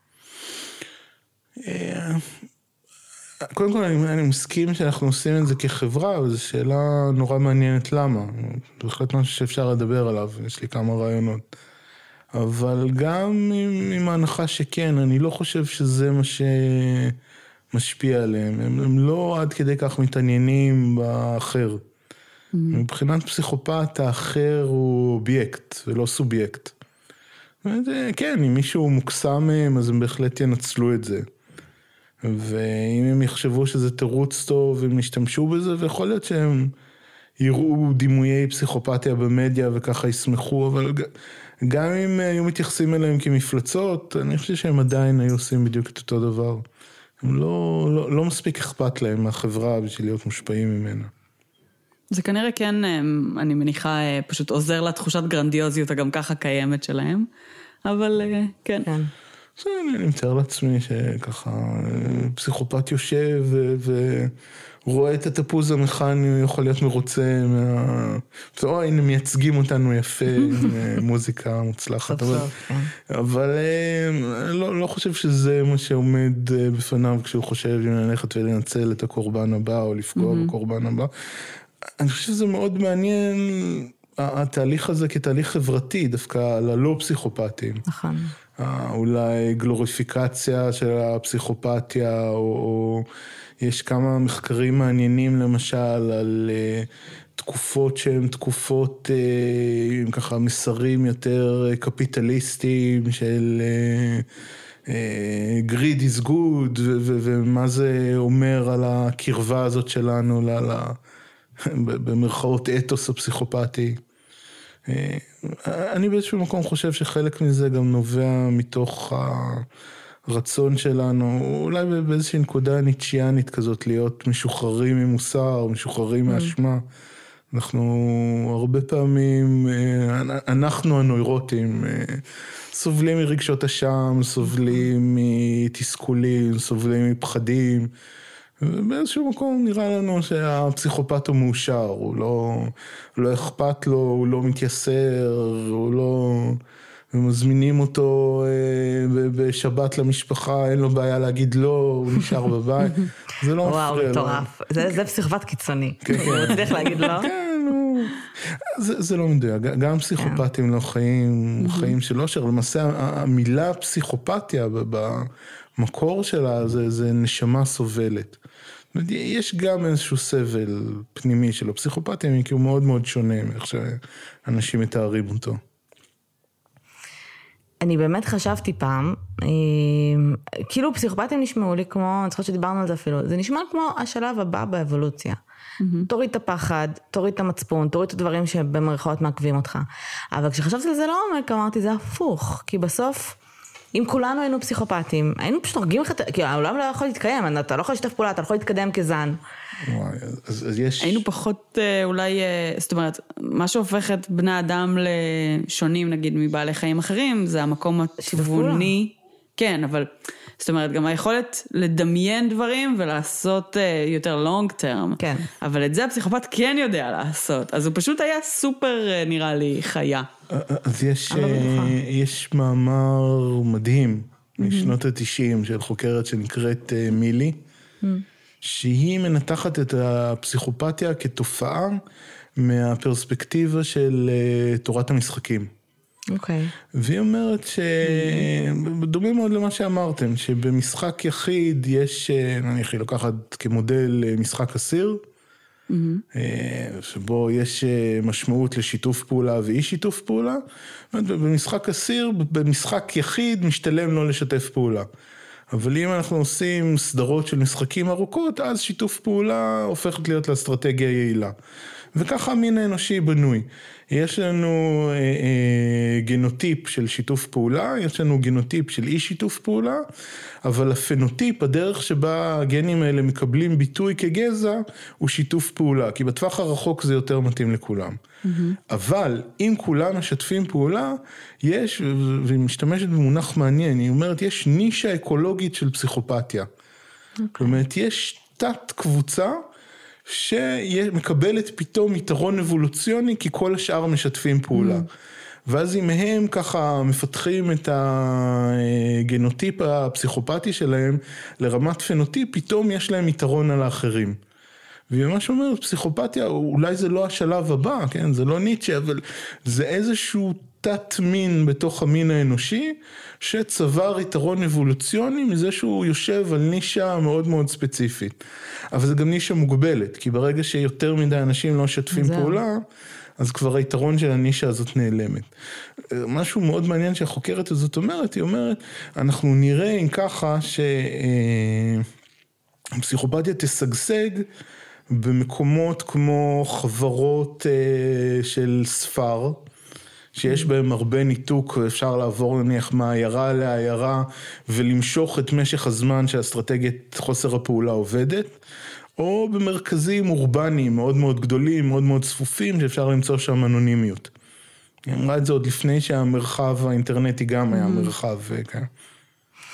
קודם כל אני מסכים שאנחנו עושים את זה כחברה, וזו שאלה נורא מעניינת למה. זה בהחלט משהו שאפשר לדבר עליו, יש לי כמה רעיונות. אבל גם עם ההנחה שכן, אני לא חושב שזה מה שמשפיע עליהם. הם לא עד כדי כך מתעניינים באחר. מבחינת פסיכופת, האחר הוא אובייקט ולא סובייקט. כן, אם מישהו מוקסם מהם, אז הם בהחלט ינצלו את זה. ואם הם יחשבו שזה תירוץ טוב, הם ישתמשו בזה, ויכול להיות שהם יראו דימויי פסיכופתיה במדיה וככה ישמחו, אבל גם אם היו מתייחסים אליהם כמפלצות, אני חושב שהם עדיין היו עושים בדיוק את אותו דבר. הם לא מספיק אכפת להם מהחברה בשביל להיות מושפעים ממנה. זה כנראה כן, אני מניחה, פשוט עוזר לתחושת גרנדיוזיות הגם ככה קיימת שלהם, אבל כן. אני מתאר לעצמי שככה פסיכופת יושב רואה את התפוז המכני, הוא יכול להיות מרוצה הנה מייצגים אותנו יפה, מוזיקה מוצלחת. אבל לא חושב שזה מה שעומד בפניו כשהוא חושב אם ללכת ולנצל את הקורבן הבא או לפגוע בקורבן הבא. אני חושב שזה מאוד מעניין התהליך הזה כתהליך חברתי, דווקא ללא פסיכופטים. נכון. אולי גלוריפיקציה של הפסיכופתיה, או יש כמה מחקרים מעניינים למשל על תקופות שהן תקופות עם ככה מסרים יותר קפיטליסטיים של greed is good, ומה זה אומר על הקרבה הזאת שלנו במרכאות אתוס הפסיכופתי. אני באיזשהו מקום חושב שחלק מזה גם נובע מתוך הרצון שלנו, אולי באיזושהי נקודה ניטשיאנית כזאת, להיות משוחררים ממוסר, משוחררים מאשמה. אנחנו הרבה פעמים, אנחנו הנוירוטים, סובלים מרגשות אשם, סובלים מתסכולים, סובלים מפחדים, ובאיזשהו מקום נראה לנו שהפסיכופת הוא מאושר, הוא לא אכפת לו, הוא לא מתייסר, הוא לא... ומזמינים אותו בשבת למשפחה, אין לו בעיה להגיד לא, הוא נשאר בבית, זה לא מפריע. וואו, מטורף, זה פסיכופת קיצוני, הוא מצליח להגיד לא. כן, זה לא מדויק, גם פסיכופתים לא חיים של אושר, למעשה המילה פסיכופתיה במקור שלה זה נשמה סובלת. יש גם איזשהו סבל פנימי של הפסיכופתיה, כי הוא מאוד מאוד שונה מאיך שאנשים מתארים אותו. אני באמת חשבתי פעם, כאילו פסיכופתים נשמעו לי כמו, אני זוכרת שדיברנו על זה אפילו, זה נשמע כמו השלב הבא באבולוציה. תוריד את הפחד, תוריד את המצפון, תוריד את הדברים שבמרכאות מעכבים אותך. אבל כשחשבתי על זה לעומק, אמרתי, זה הפוך, כי בסוף, אם כולנו היינו פסיכופתים, היינו פשוט הורגים לך, כי העולם לא יכול להתקיים, אתה לא יכול לשתף פעולה, אתה לא יכול להתקדם כזן. וואי, אז יש... היינו פחות אולי, זאת אומרת, מה שהופך את בני אדם לשונים, נגיד, מבעלי חיים אחרים, זה המקום התבוני. כן, אבל, זאת אומרת, גם היכולת לדמיין דברים ולעשות יותר long term. כן. אבל את זה הפסיכופת כן יודע לעשות. אז הוא פשוט היה סופר, נראה לי, חיה. אז יש מאמר מדהים משנות ה-90 של חוקרת שנקראת מילי, שהיא מנתחת את הפסיכופתיה כתופעה מהפרספקטיבה של תורת המשחקים. אוקיי. והיא אומרת שדומה מאוד למה שאמרתם, שבמשחק יחיד יש, נניח היא לוקחת כמודל משחק אסיר, שבו יש משמעות לשיתוף פעולה ואי שיתוף פעולה, במשחק אסיר, במשחק יחיד משתלם לא לשתף פעולה. אבל אם אנחנו עושים סדרות של משחקים ארוכות, אז שיתוף פעולה הופכת להיות לאסטרטגיה יעילה. וככה המין האנושי בנוי. יש לנו גנוטיפ של שיתוף פעולה, יש לנו גנוטיפ של אי שיתוף פעולה, אבל הפנוטיפ, הדרך שבה הגנים האלה מקבלים ביטוי כגזע, הוא שיתוף פעולה, כי בטווח הרחוק זה יותר מתאים לכולם. אבל אם כולם משתפים פעולה, יש, והיא משתמשת במונח מעניין, היא אומרת, יש נישה אקולוגית של פסיכופתיה. זאת אומרת, יש תת קבוצה, שמקבלת פתאום יתרון אבולוציוני, כי כל השאר משתפים פעולה. ואז אם הם ככה מפתחים את הגנוטיפ הפסיכופתי שלהם, לרמת פנוטיפ, פתאום יש להם יתרון על האחרים. והיא ממש אומרת, פסיכופתיה, אולי זה לא השלב הבא, כן? זה לא ניטשה, אבל זה איזשהו תת מין בתוך המין האנושי, שצבר יתרון אבולוציוני מזה שהוא יושב על נישה מאוד מאוד ספציפית. אבל זה גם נישה מוגבלת, כי ברגע שיותר מדי אנשים לא שתפים פעולה, אז כבר היתרון של הנישה הזאת נעלמת. משהו מאוד מעניין שהחוקרת הזאת אומרת, היא אומרת, אנחנו נראה אם ככה שהפסיכופתיה תשגשג במקומות כמו חברות של ספר, שיש בהם הרבה ניתוק, ואפשר לעבור נניח מהעיירה לעיירה, ולמשוך את משך הזמן שהאסטרטגיית חוסר הפעולה עובדת, או במרכזים אורבניים מאוד מאוד גדולים, מאוד מאוד צפופים, שאפשר למצוא שם אנונימיות. היא אמרה את זה עוד לפני שהמרחב האינטרנטי גם היה מרחב, כן.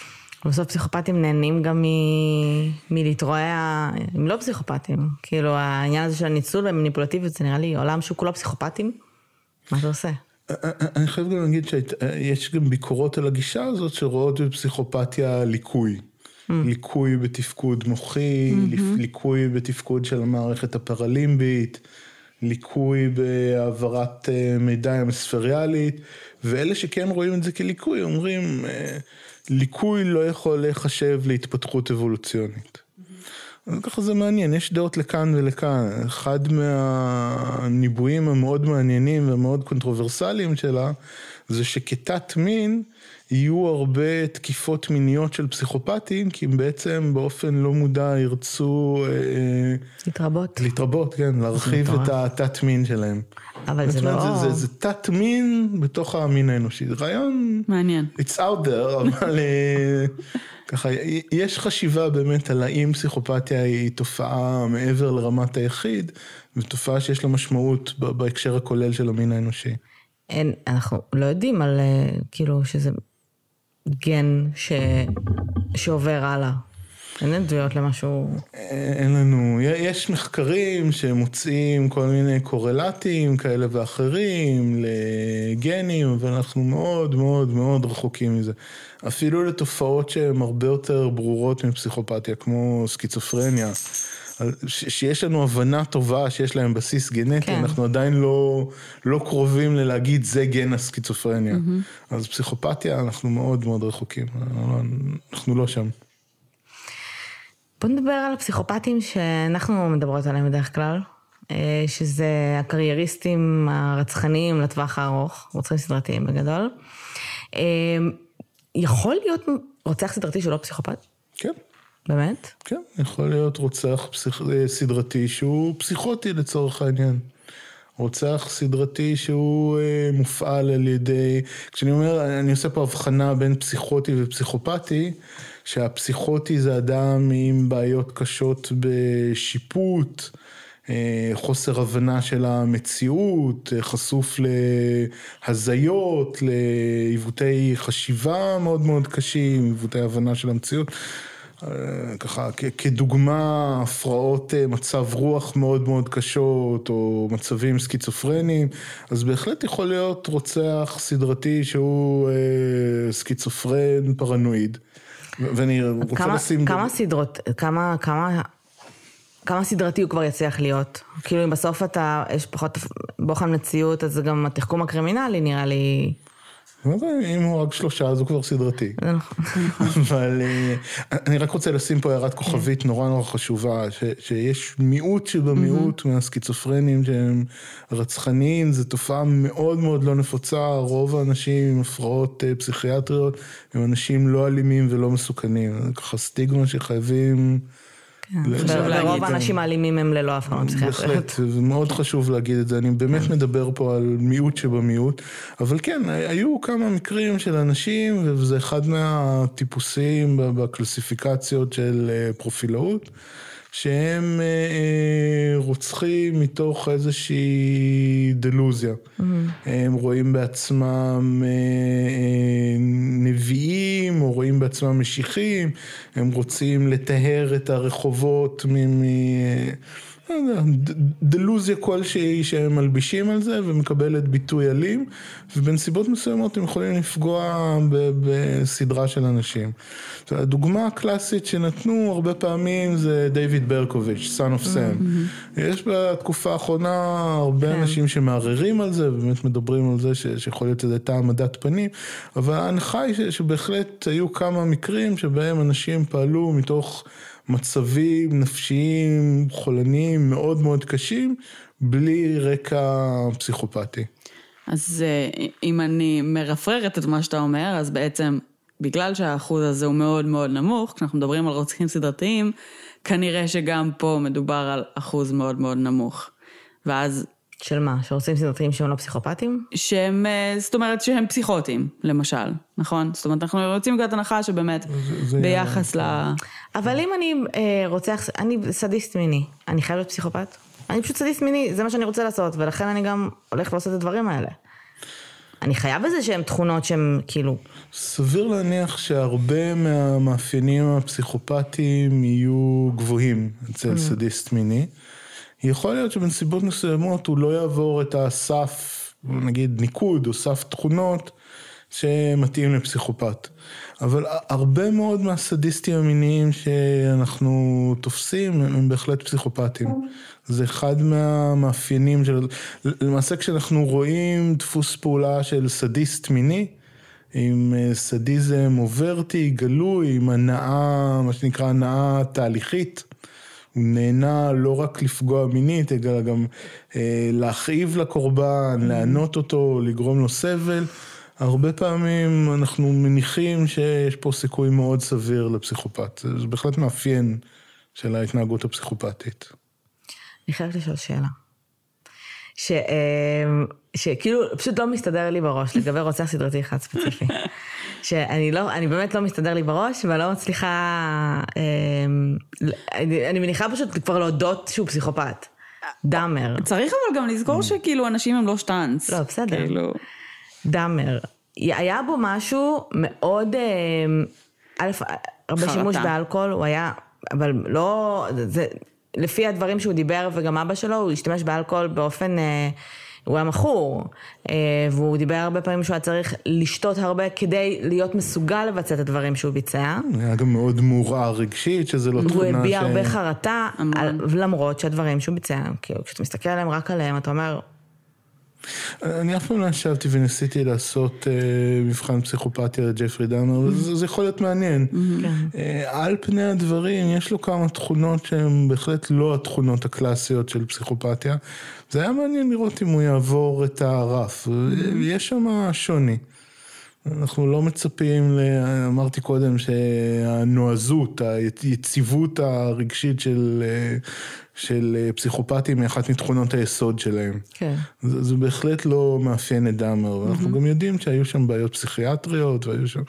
בסוף פסיכופטים נהנים גם מלהתרועע, הם לא פסיכופטים. כאילו העניין הזה של הניצול והמניפולטיביות, זה נראה לי עולם שהוא כולו פסיכופטים. מה אתה עושה? אני חייב גם להגיד שיש גם ביקורות על הגישה הזאת שרואות בפסיכופתיה ליקוי. ליקוי בתפקוד מוחי, ליקוי בתפקוד של המערכת הפרלימבית, ליקוי בהעברת מידע המספריאלית, ואלה שכן רואים את זה כליקוי, אומרים, ליקוי לא יכול להיחשב להתפתחות אבולוציונית. ככה זה מעניין, יש דעות לכאן ולכאן. אחד מהניבויים המאוד מעניינים ומאוד קונטרוברסליים שלה, זה שכתת מין יהיו הרבה תקיפות מיניות של פסיכופטים, כי הם בעצם באופן לא מודע ירצו להתרבות, כן, להרחיב את התת מין שלהם. אבל זה לא... זה תת מין בתוך המין האנושי. זה רעיון... מעניין. It's out there, אבל... ככה, יש חשיבה באמת על האם פסיכופתיה היא תופעה מעבר לרמת היחיד, ותופעה שיש לה משמעות בהקשר הכולל של המין האנושי. אנחנו לא יודעים על, כאילו, שזה גן שעובר הלאה. אין עדויות למשהו... אין לנו, יש מחקרים שמוצאים כל מיני קורלטים כאלה ואחרים לגנים, אבל אנחנו מאוד מאוד מאוד רחוקים מזה. אפילו לתופעות שהן הרבה יותר ברורות מפסיכופתיה, כמו סקיצופרניה, שיש לנו הבנה טובה שיש להם בסיס גנטי, כן. אנחנו עדיין לא קרובים ללהגיד זה גן הסקיצופרניה. אז פסיכופתיה אנחנו מאוד מאוד רחוקים, אנחנו לא שם. בוא נדבר על הפסיכופטים שאנחנו מדברות עליהם בדרך כלל, שזה הקרייריסטים הרצחניים לטווח הארוך, רוצחים סדרתיים בגדול. יכול להיות רוצח סדרתי שהוא לא פסיכופט? כן. באמת? כן, יכול להיות רוצח סדרתי שהוא פסיכוטי לצורך העניין. רוצח סדרתי שהוא מופעל על ידי, כשאני אומר, אני עושה פה הבחנה בין פסיכוטי ופסיכופתי, שהפסיכוטי זה אדם עם בעיות קשות בשיפוט, חוסר הבנה של המציאות, חשוף להזיות, לעיוותי חשיבה מאוד מאוד קשים, עיוותי הבנה של המציאות. ככה, כדוגמה, הפרעות מצב רוח מאוד מאוד קשות, או מצבים סקיצופרניים, אז בהחלט יכול להיות רוצח סדרתי שהוא סקיצופרן פרנואיד. ואני רוצה לשים... כמה סדרתי הוא כבר יצליח להיות? כאילו אם בסוף יש פחות בוחן מציאות, אז זה גם התחכום הקרימינלי נראה לי... אם הוא רק 3 אז הוא כבר סדרתי. זה נכון. אבל אני רק רוצה לשים פה הערת כוכבית נורא נורא חשובה, שיש מיעוט שבמיעוט מהסקיצופרנים שהם רצחניים, זו תופעה מאוד מאוד לא נפוצה, רוב האנשים עם הפרעות פסיכיאטריות הם אנשים לא אלימים ולא מסוכנים, זה ככה סטיגמה שחייבים... ורוב האנשים האלימים הם ללא הפרעות פסיכיאטריות. בהחלט, זה מאוד חשוב להגיד את זה, אני באמת מדבר פה על מיעוט שבמיעוט, אבל כן, היו כמה מקרים של אנשים, וזה אחד מהטיפוסים בקלסיפיקציות של פרופילאות, שהם רוצחים מתוך איזושהי דלוזיה. הם רואים בעצמם נביאים, או רואים בעצמם משיחים, הם רוצים לטהר את הרחובות דלוזיה כלשהי שהם מלבישים על זה ומקבלת ביטוי אלים, ובנסיבות מסוימות הם יכולים לפגוע בסדרה של אנשים. הדוגמה הקלאסית שנתנו הרבה פעמים זה דיוויד ברקוביץ', Son of Sam. יש בתקופה האחרונה הרבה אנשים שמערערים על זה, ובאמת מדברים על זה שיכול להיות איזה העמדת פנים, אבל ההנחה היא שבהחלט היו כמה מקרים שבהם אנשים פעלו מתוך מצבים נפשיים, חולניים, מאוד מאוד קשים, בלי רקע פסיכופתי. אז אם אני מרפררת את מה שאתה אומר, אז בעצם בגלל שהאחוז הזה הוא מאוד מאוד נמוך, כשאנחנו מדברים על רוצחים סדרתיים, כנראה שגם פה מדובר על אחוז מאוד מאוד נמוך. ואז... של מה? שרוצחים סדרתיים שהם לא פסיכופטים? שהם, זאת אומרת שהם פסיכוטיים, למשל, נכון? זאת אומרת, אנחנו רוצים לקראת הנחה שבאמת ביחס ל... אבל אם אני רוצח, אני סדיסט מיני, אני חייב להיות פסיכופט? אני פשוט סדיסט מיני, זה מה שאני רוצה לעשות, ולכן אני גם הולך לעשות את הדברים האלה. אני חייב איזה שהן תכונות שהן כאילו... סביר להניח שהרבה מהמאפיינים הפסיכופטיים יהיו גבוהים אצל סדיסט מיני. יכול להיות שבנסיבות מסוימות הוא לא יעבור את הסף, נגיד ניקוד או סף תכונות שמתאים לפסיכופת. אבל הרבה מאוד מהסדיסטים המיניים שאנחנו תופסים הם בהחלט פסיכופטים. זה אחד מהמאפיינים של... למעשה כשאנחנו רואים דפוס פעולה של סדיסט מיני, עם סדיזם אוברטי, גלוי, עם הנאה, מה שנקרא הנאה תהליכית, הוא נהנה לא רק לפגוע מינית, אלא גם להכאיב לקורבן, לענות אותו, לגרום לו סבל. הרבה פעמים אנחנו מניחים שיש פה סיכוי מאוד סביר לפסיכופת. זה בהחלט מאפיין של ההתנהגות הפסיכופתית. אני חייבת לשאול שאלה. שכאילו פשוט לא מסתדר לי בראש, לגבי רוצח סדרתי אחד ספציפי. אני באמת לא מסתדר לי בראש, ואני לא מצליחה, אני מניחה פשוט כבר להודות שהוא פסיכופת. דאמר. צריך אבל גם לזכור שכאילו אנשים הם לא שטנץ. לא, בסדר. דאמר. היה בו משהו מאוד, הרבה שימוש באלכוהול, הוא היה, אבל לא, לפי הדברים שהוא דיבר וגם אבא שלו, הוא השתמש באלכוהול באופן, הוא היה מכור, והוא דיבר הרבה פעמים שהוא היה צריך לשתות הרבה כדי להיות מסוגל לבצע את הדברים שהוא ביצע. היה גם מאוד מוראה רגשית, שזה לא תכונה הוא הביע הרבה חרטה, למרות שהדברים שהוא ביצע, כשאתה מסתכל עליהם רק עליהם, אתה אומר... אני אף פעם לא ישבתי וניסיתי לעשות מבחן פסיכופתיה לג'פרי דאמר, זה יכול להיות מעניין. על פני הדברים, יש לו כמה תכונות שהן בהחלט לא התכונות הקלאסיות של פסיכופתיה. זה היה מעניין לראות אם הוא יעבור את הרף. יש שם שוני. אנחנו לא מצפים, אמרתי קודם שהנועזות, היציבות הרגשית של פסיכופתים היא אחת מתכונות היסוד שלהם. כן. זה בהחלט לא מאפיין את דאמר, ואנחנו גם יודעים שהיו שם בעיות פסיכיאטריות, והיו שם...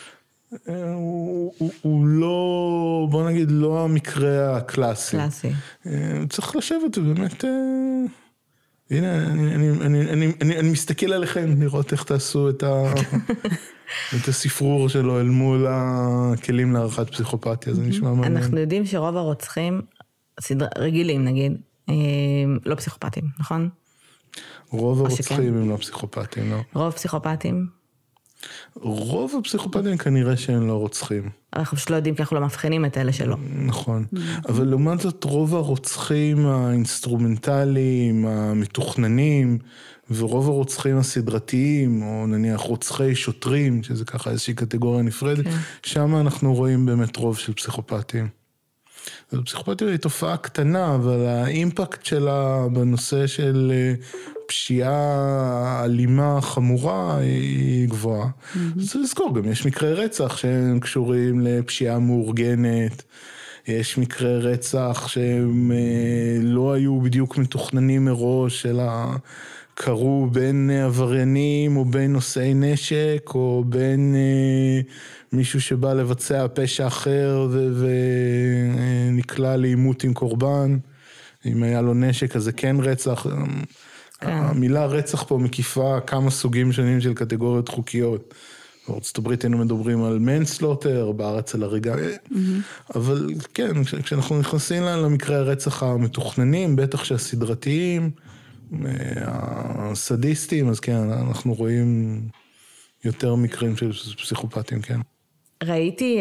הוא לא, בוא נגיד, לא המקרה הקלאסי. קלאסי. צריך לשבת ובאמת... הנה, אני מסתכל עליכם לראות איך תעשו את הספרור שלו אל מול הכלים להערכת פסיכופתיה, זה נשמע מעניין. אנחנו יודעים שרוב הרוצחים, רגילים נגיד, לא פסיכופטים, נכון? רוב הרוצחים הם לא פסיכופטים, לא. רוב פסיכופטים? רוב הפסיכופטים כנראה שהם לא רוצחים. אנחנו פשוט לא יודעים כי אנחנו לא מבחינים את אלה שלא. נכון. אבל לעומת זאת רוב הרוצחים האינסטרומנטליים, המתוכננים, ורוב הרוצחים הסדרתיים, או נניח רוצחי שוטרים, שזה ככה איזושהי קטגוריה נפרדת, שם אנחנו רואים באמת רוב של פסיכופטים. פסיכופתיה היא תופעה קטנה, אבל האימפקט שלה בנושא של פשיעה אלימה חמורה היא גבוהה. צריך לזכור, גם יש מקרי רצח שהם קשורים לפשיעה מאורגנת, יש מקרי רצח שהם לא היו בדיוק מתוכננים מראש, אלא קרו בין עבריינים או בין נושאי נשק, או בין מישהו שבא לבצע פשע אחר ונקלע לאימות עם קורבן. אם היה לו נשק, אז זה כן רצח. המילה רצח פה מקיפה כמה סוגים שונים של קטגוריות חוקיות. בארצות הברית היינו מדברים על מנסלוטר, בארץ על הריגה. אבל כן, כשאנחנו נכנסים למקרה הרצח המתוכננים, בטח שהסדרתיים, הסדיסטים, אז כן, אנחנו רואים יותר מקרים של פסיכופטים, כן. ראיתי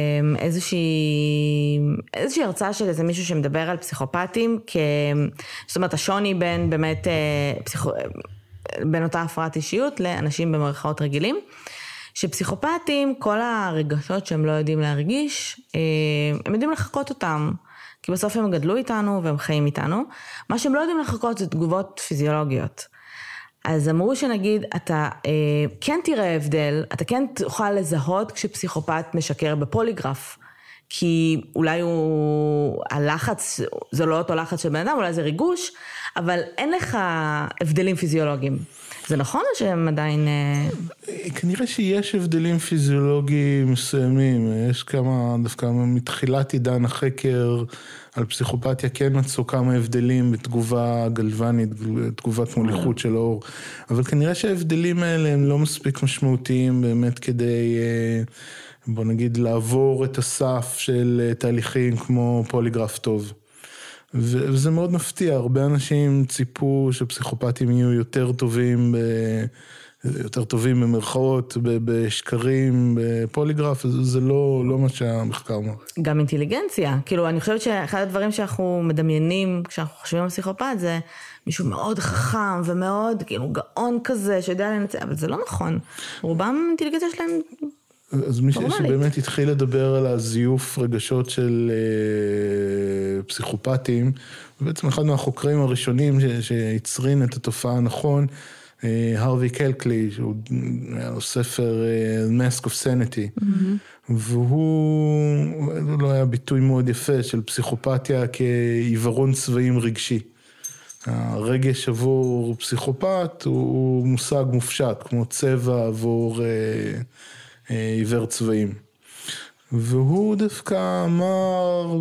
איזושהי הרצאה של איזה מישהו שמדבר על פסיכופטים, זאת אומרת, השוני בין באמת, בין אותה הפרעת אישיות לאנשים במרכאות רגילים, שפסיכופטים, כל הרגשות שהם לא יודעים להרגיש, הם יודעים לחכות אותם, כי בסוף הם גדלו איתנו והם חיים איתנו. מה שהם לא יודעים לחכות זה תגובות פיזיולוגיות. אז אמרו שנגיד, אתה כן תראה הבדל, אתה כן תוכל לזהות כשפסיכופת משקר בפוליגרף, כי אולי הוא, הלחץ, זה לא אותו לחץ של בן אדם, אולי זה ריגוש, אבל אין לך הבדלים פיזיולוגיים. זה נכון או שהם עדיין... כנראה שיש הבדלים פיזיולוגיים מסוימים, יש כמה, דווקא מתחילת עידן החקר על פסיכופתיה כן מצאו כמה הבדלים בתגובה גלוונית, תגובת מוליכות של אור, אבל כנראה שההבדלים האלה הם לא מספיק משמעותיים באמת כדי, בוא נגיד, לעבור את הסף של תהליכים כמו פוליגרף טוב. וזה מאוד מפתיע, הרבה אנשים ציפו שפסיכופטים יהיו יותר טובים במרכאות, בשקרים, בפוליגרף, זה לא מה שהמחקר אומר. גם אינטליגנציה, כאילו אני חושבת שאחד הדברים שאנחנו מדמיינים, כשאנחנו חושבים על פסיכופת, זה מישהו מאוד חכם ומאוד כאילו גאון כזה, שיודע לנצח, אבל זה לא נכון. רובם אינטליגנציה שלהם... אז מי שבאמת התחיל לדבר על הזיוף רגשות של פסיכופטים, ובעצם אחד מהחוקרים הראשונים שהצרין את התופעה הנכון, הרווי קלקלי, שהוא היה לו ספר Mask of Sanity, והוא לא היה ביטוי מאוד יפה של פסיכופתיה כעיוורון צבעים רגשי. הרגש עבור פסיכופת הוא מושג מופשט, כמו צבע עבור עיוור והוא דווקא אמר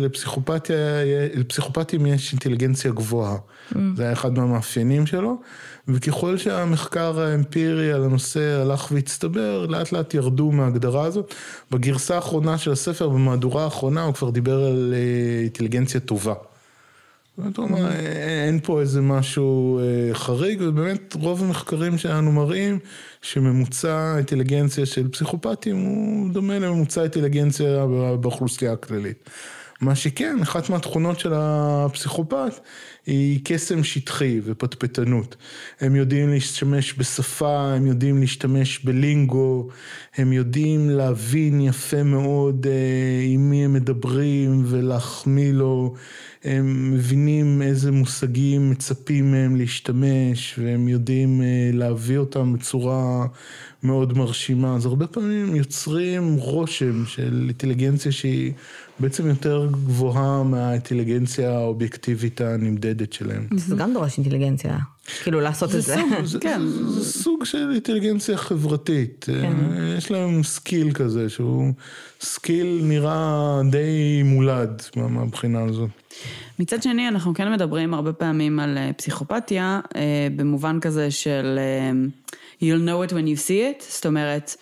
שלפסיכופטים יש אינטליגנציה גבוהה. זה היה אחד מהמאפיינים שלו, וככל שהמחקר האמפירי על הנושא הלך והצטבר, לאט לאט ירדו מההגדרה הזאת. בגרסה האחרונה של הספר, במהדורה האחרונה, הוא כבר דיבר על אינטליגנציה טובה. זאת אומרת, אין פה איזה משהו חריג, ובאמת רוב המחקרים שאנו מראים שממוצע אינטליגנציה של פסיכופטים הוא דומה לממוצע אינטליגנציה באוכלוסייה הכללית. מה שכן, אחת מהתכונות של הפסיכופת היא קסם שטחי ופטפטנות. הם יודעים להשתמש בשפה, הם יודעים להשתמש בלינגו, הם יודעים להבין יפה מאוד עם מי הם מדברים ולהחמיא לו, הם מבינים איזה מושגים מצפים מהם להשתמש, והם יודעים להביא אותם בצורה מאוד מרשימה. אז הרבה פעמים יוצרים רושם של אינטליגנציה שהיא בעצם יותר גבוהה מהאינטליגנציה האובייקטיבית הנמדדת שלהם. זה גם דורש אינטליגנציה, כאילו לעשות את זה. זה סוג של אינטליגנציה חברתית. יש להם סקיל כזה, שהוא סקיל נראה די מולד מהבחינה הזאת. מצד שני, אנחנו כן מדברים הרבה פעמים על פסיכופתיה, במובן כזה של you'll know it when you see it, זאת אומרת,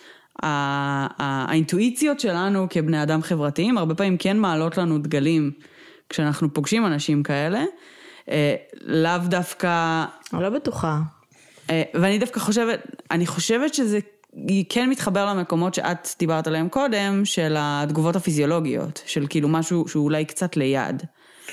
האינטואיציות שלנו כבני אדם חברתיים, הרבה פעמים כן מעלות לנו דגלים, כשאנחנו פוגשים אנשים כאלה, לאו דווקא... אני לא בטוחה. ואני דווקא חושבת שזה כן מתחבר למקומות שאת דיברת עליהם קודם, של התגובות הפיזיולוגיות, של כאילו משהו שהוא אולי קצת ליד.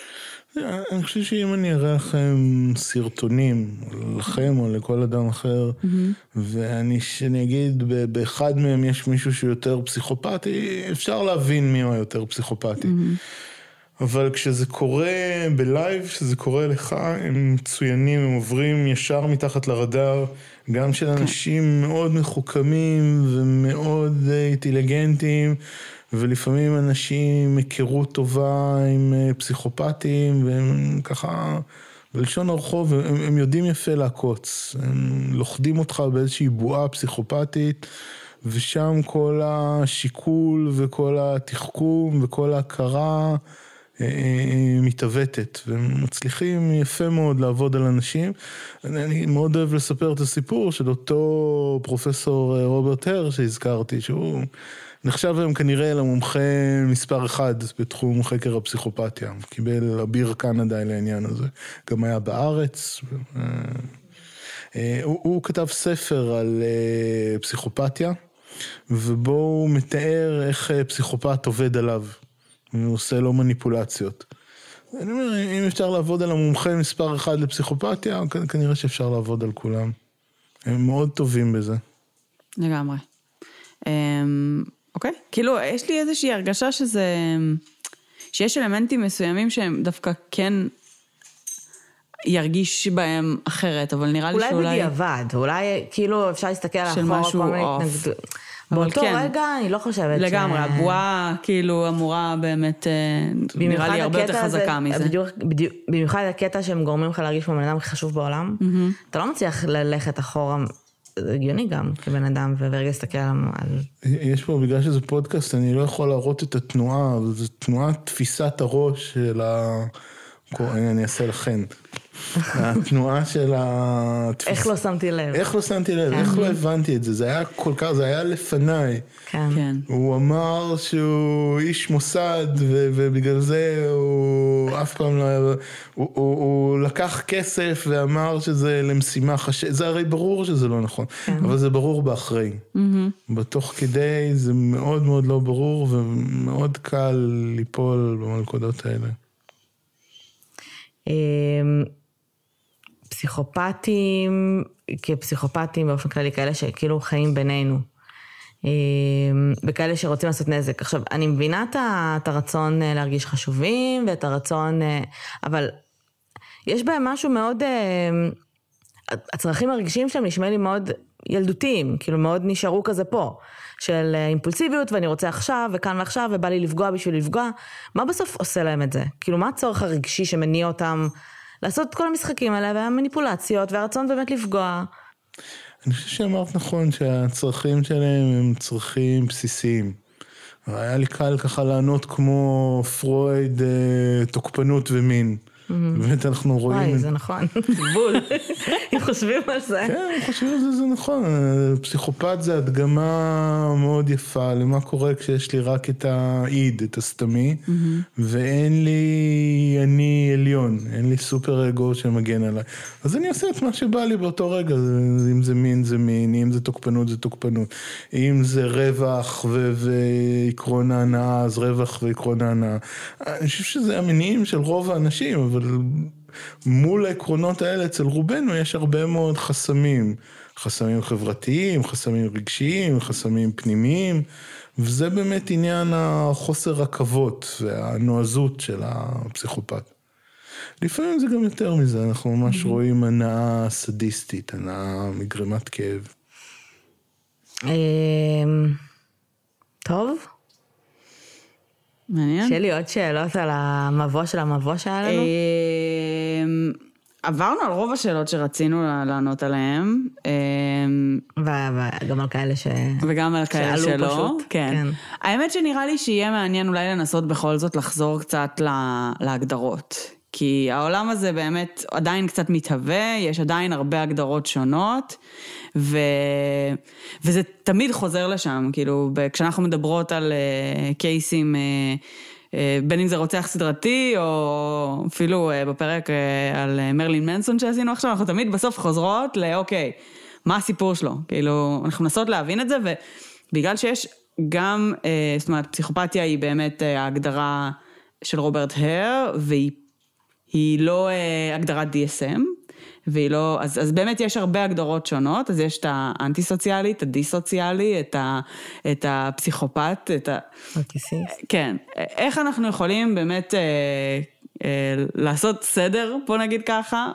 אני חושב שאם אני אראה לכם סרטונים, לכם או לכל אדם אחר, ואני אגיד, באחד מהם יש מישהו שהוא יותר פסיכופתי, אפשר להבין מי הוא יותר פסיכופתי. אבל כשזה קורה בלייב, כשזה קורה לך, הם מצוינים, הם עוברים ישר מתחת לרדאר, גם של אנשים מאוד מחוכמים ומאוד אינטליגנטים, ולפעמים אנשים היכרות טובה עם פסיכופטים, והם ככה, בלשון הרחוב, הם יודעים יפה לעקוץ. הם לוכדים אותך באיזושהי בועה פסיכופטית, ושם כל השיקול וכל התחכום וכל ההכרה מתעוותת, והם מצליחים יפה מאוד לעבוד על אנשים. אני מאוד אוהב לספר את הסיפור של אותו פרופסור רוברט הר שהזכרתי, שהוא נחשב היום כנראה למומחה מספר 1 בתחום חקר הפסיכופתיה. הוא קיבל אביר קנדה לעניין הזה. גם היה בארץ. הוא כתב ספר על פסיכופתיה, ובו הוא מתאר איך פסיכופת עובד עליו. הוא עושה לו מניפולציות. אני אומר, אם אפשר לעבוד על המומחה מספר 1 לפסיכופתיה, כנראה שאפשר לעבוד על כולם. הם מאוד טובים בזה. לגמרי. אוקיי, כאילו יש לי איזושהי הרגשה שיש אלמנטים מסוימים שהם דווקא כן ירגיש בהם אחרת, אבל נראה לי שאולי... אולי בדיעבד, אולי כאילו אפשר להסתכל על אחורה, כל מיני התנגדות. באותו רגע אני לא חושבת לגמרי, הבועה כאילו אמורה באמת, נראה לי הרבה יותר חזקה מזה. במיוחד הקטע שהם גורמים לך להרגיש כמו בן אדם הכי חשוב בעולם, אתה לא מצליח ללכת אחורה, זה הגיוני גם כבן אדם, ורגע להסתכל על... יש פה, בגלל שזה פודקאסט, אני לא יכול להראות את התנועה, אבל זו תנועת תפיסת הראש של אני אעשה לכן. התנועה של איך לא שמתי לב. איך לא שמתי לב, איך לא הבנתי את זה. זה היה כל כך, זה היה לפניי. כן. הוא אמר שהוא איש מוסד, ובגלל זה הוא אף פעם לא היה... הוא לקח כסף ואמר שזה למשימה חשבת. זה הרי ברור שזה לא נכון. אבל זה ברור באחרי. בתוך כדי זה מאוד מאוד לא ברור, ומאוד קל ליפול במלכודות האלה. פסיכופטים, כפסיכופטים באופן כללי, כאלה שכאילו חיים בינינו, וכאלה שרוצים לעשות נזק. עכשיו, אני מבינה את הרצון להרגיש חשובים, ואת הרצון, אבל יש בהם משהו מאוד, הצרכים הרגישים שלהם נשמע לי מאוד ילדותיים, כאילו מאוד נשארו כזה פה, של אימפולסיביות, ואני רוצה עכשיו, וכאן ועכשיו, ובא לי לפגוע בשביל לפגוע. מה בסוף עושה להם את זה? כאילו, מה הצורך הרגשי שמניע אותם לעשות את כל המשחקים האלה, והמניפולציות, והרצון באמת לפגוע? אני חושב שאמרת נכון, שהצרכים שלהם הם צרכים בסיסיים. היה לי קל ככה לענות כמו פרויד, תוקפנות ומין. באמת אנחנו רואים... וואי, זה נכון, בול. אם חושבים על זה. כן, אם חושבים על זה, זה נכון. פסיכופת זה הדגמה מאוד יפה למה קורה כשיש לי רק את העיד, את הסתמי, ואין לי אני עליון, אין לי סופר אגו שמגן עליי. אז אני עושה את מה שבא לי באותו רגע, אם זה מין זה מין, אם זה תוקפנות זה תוקפנות, אם זה רווח ועקרון ההנאה, אז רווח ועקרון ההנאה. אני חושב שזה המניעים של רוב האנשים, אבל מול העקרונות האלה אצל רובנו יש הרבה מאוד חסמים, חסמים חברתיים, חסמים רגשיים, חסמים פנימיים, וזה באמת עניין החוסר רכבות והנועזות של הפסיכופת. לפעמים זה גם יותר מזה, אנחנו ממש רואים הנאה סדיסטית, הנאה מגרימת כאב. טוב. מעניין. שיהיה לי עוד שאלות על המבוא של המבוא שהיה לנו? עברנו על רוב השאלות שרצינו לענות עליהן. וגם על כאלה וגם על כאלה שלא. פשוט. כן. האמת שנראה לי שיהיה מעניין אולי לנסות בכל זאת לחזור קצת להגדרות. כי העולם הזה באמת עדיין קצת מתהווה, יש עדיין הרבה הגדרות שונות, וזה תמיד חוזר לשם, כאילו, כשאנחנו מדברות על קייסים, בין אם זה רוצח סדרתי, או אפילו בפרק על מרלין מנסון שעשינו עכשיו, אנחנו תמיד בסוף חוזרות לאוקיי, מה הסיפור שלו? כאילו, אנחנו מנסות להבין את זה, ובגלל שיש גם, זאת אומרת, פסיכופתיה היא באמת ההגדרה של רוברט הר, והיא לא הגדרת DSM, והיא לא, אז באמת יש הרבה הגדרות שונות, אז יש את האנטי-סוציאלי, את הדיסוציאלי, את הפסיכופת, כן, איך אנחנו יכולים באמת לעשות סדר, בוא נגיד ככה,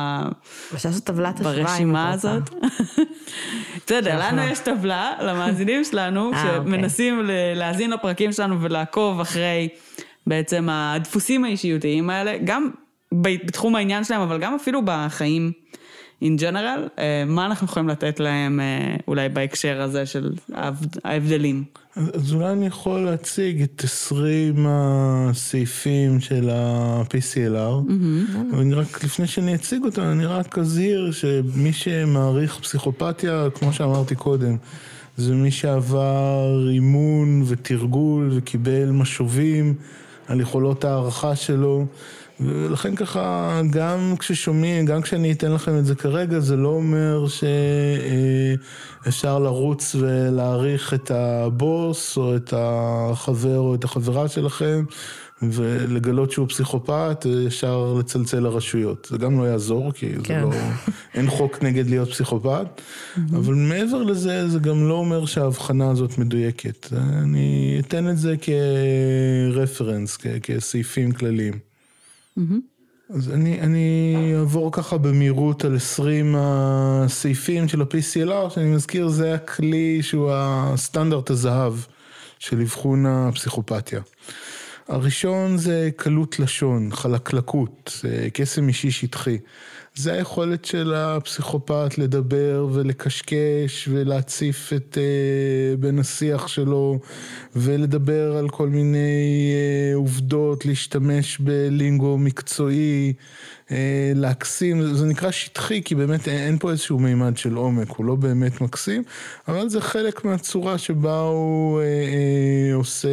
ברשימה הזאת. בסדר, לנו יש טבלה, למאזינים שלנו, שמנסים להאזין לפרקים שלנו ולעקוב אחרי בעצם הדפוסים האישיותיים האלה, גם בתחום העניין שלהם, אבל גם אפילו בחיים in general, מה אנחנו יכולים לתת להם אולי בהקשר הזה של ההבדלים? אז אולי אני יכול להציג את 20 הסעיפים של ה-PCLR, ואני רק לפני שאני אציג אותם, אני רק אזהיר שמי שמעריך פסיכופתיה, כמו שאמרתי קודם, זה מי שעבר אימון ותרגול וקיבל משובים על יכולות הערכה שלו, ולכן ככה, גם כששומעים, גם כשאני אתן לכם את זה כרגע, זה לא אומר שאפשר לרוץ ולהעריך את הבוס, או את החבר, או את החברה שלכם, ולגלות שהוא פסיכופת, אפשר לצלצל לרשויות. זה גם לא יעזור, כי זה לא, אין חוק נגד להיות פסיכופת, אבל מעבר לזה, זה גם לא אומר שההבחנה הזאת מדויקת. אני אתן את זה כרפרנס, כסעיפים כלליים. אז אני אעבור ככה במהירות על 20 הסעיפים של ה-PCLR, שאני מזכיר, זה הכלי שהוא הסטנדרט הזהב של אבחון הפסיכופתיה. הראשון זה קלות לשון, חלקלקות, קסם אישי שטחי. זה היכולת של הפסיכופת לדבר ולקשקש ולהציף את בין השיח שלו ולדבר על כל מיני עובדות, להשתמש בלינגו מקצועי, להקסים. זה נקרא שטחי כי באמת אין פה איזשהו מימד של עומק, הוא לא באמת מקסים, אבל זה חלק מהצורה שבה הוא עושה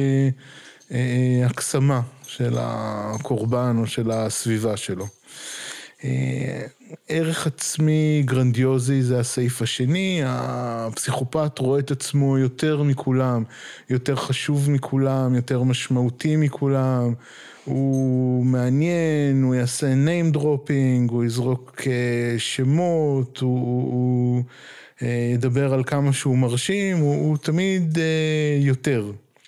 הקסמה של הקורבן או של הסביבה שלו. ערך עצמי גרנדיוזי זה הסעיף השני, הפסיכופת רואה את עצמו יותר מכולם, יותר חשוב מכולם, יותר משמעותי מכולם, הוא מעניין, הוא יעשה name dropping, הוא יזרוק שמות, הוא ידבר על כמה שהוא מרשים, הוא תמיד יותר.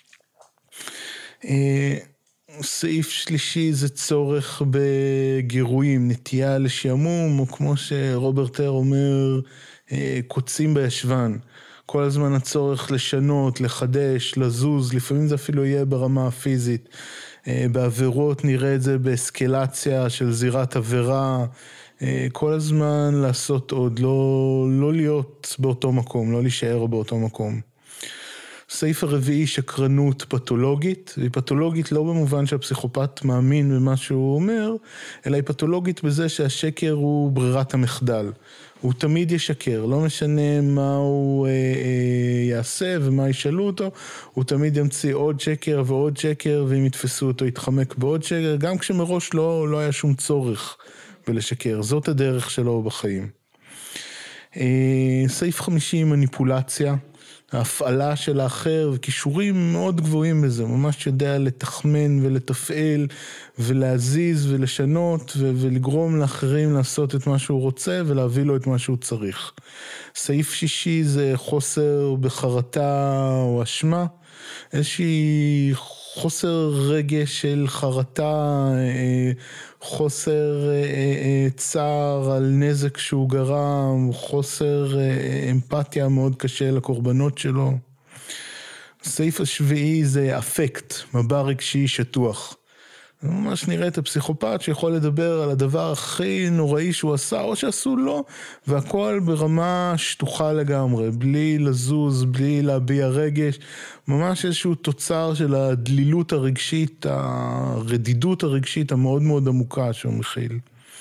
סעיף שלישי זה צורך בגירויים, נטייה לשעמום, או כמו שרוברט טר אומר, קוצים בישבן. כל הזמן הצורך לשנות, לחדש, לזוז, לפעמים זה אפילו יהיה ברמה הפיזית. בעבירות נראה את זה באסקלציה של זירת עבירה, כל הזמן לעשות עוד, לא להיות באותו מקום, לא להישאר באותו מקום. סעיף הרביעי, שקרנות פתולוגית, והיא פתולוגית לא במובן שהפסיכופת מאמין במה שהוא אומר, אלא היא פתולוגית בזה שהשקר הוא ברירת המחדל. הוא תמיד ישקר, לא משנה מה הוא יעשה ומה ישאלו אותו, הוא תמיד ימציא עוד שקר ועוד שקר, ואם יתפסו אותו יתחמק בעוד שקר, גם כשמראש לא היה שום צורך בלשקר. זאת הדרך שלו בחיים. סעיף 50, מניפולציה. ההפעלה של האחר וכישורים מאוד גבוהים בזה, ממש יודע לתחמן ולתפעל ולהזיז ולשנות ולגרום לאחרים לעשות את מה שהוא רוצה ולהביא לו את מה שהוא צריך. סעיף 6 זה חוסר בחרטה או אשמה, איזושהי חוסר רגש של חרטה, חוסר צער על נזק שהוא גרם, חוסר אמפתיה מאוד קשה לקורבנות שלו. הסעיף השביעי זה אפקט, מבע רגשי שטוח. ממש נראה את הפסיכופת שיכול לדבר על הדבר הכי נוראי שהוא עשה או שעשו לו, והכל ברמה שטוחה לגמרי, בלי לזוז, בלי להביע רגש, ממש איזשהו תוצר של הדלילות הרגשית, הרדידות הרגשית המאוד מאוד עמוקה שהוא מכיל.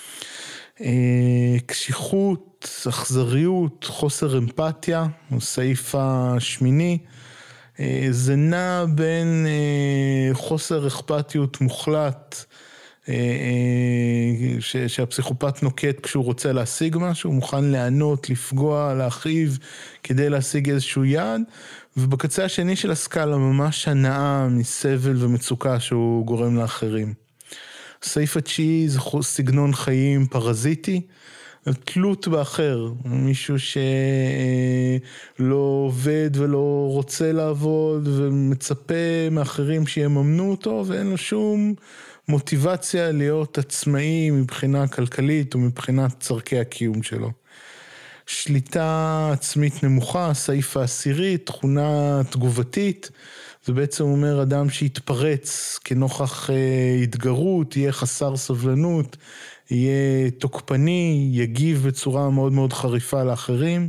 קשיחות, אכזריות, חוסר אמפתיה, הסעיף השמיני, זה נע בין חוסר אכפתיות מוחלט שהפסיכופת נוקט כשהוא רוצה להשיג משהו, הוא מוכן לענות, לפגוע, להכאיב כדי להשיג איזשהו יעד, ובקצה השני של הסקאלה ממש הנאה מסבל ומצוקה שהוא גורם לאחרים. הסעיף התשיעי זה סגנון חיים פרזיטי, תלות באחר, מישהו שלא עובד ולא רוצה לעבוד ומצפה מאחרים שיממנו אותו, ואין לו שום מוטיבציה להיות עצמאי מבחינה כלכלית ומבחינת צורכי הקיום שלו. שליטה עצמית נמוכה, סעיף העשירי, תכונה תגובתית, זה בעצם אומר אדם שיתפרץ כנוכח התגרות, יהיה חסר סבלנות, יהיה תוקפני, יגיב בצורה מאוד מאוד חריפה לאחרים.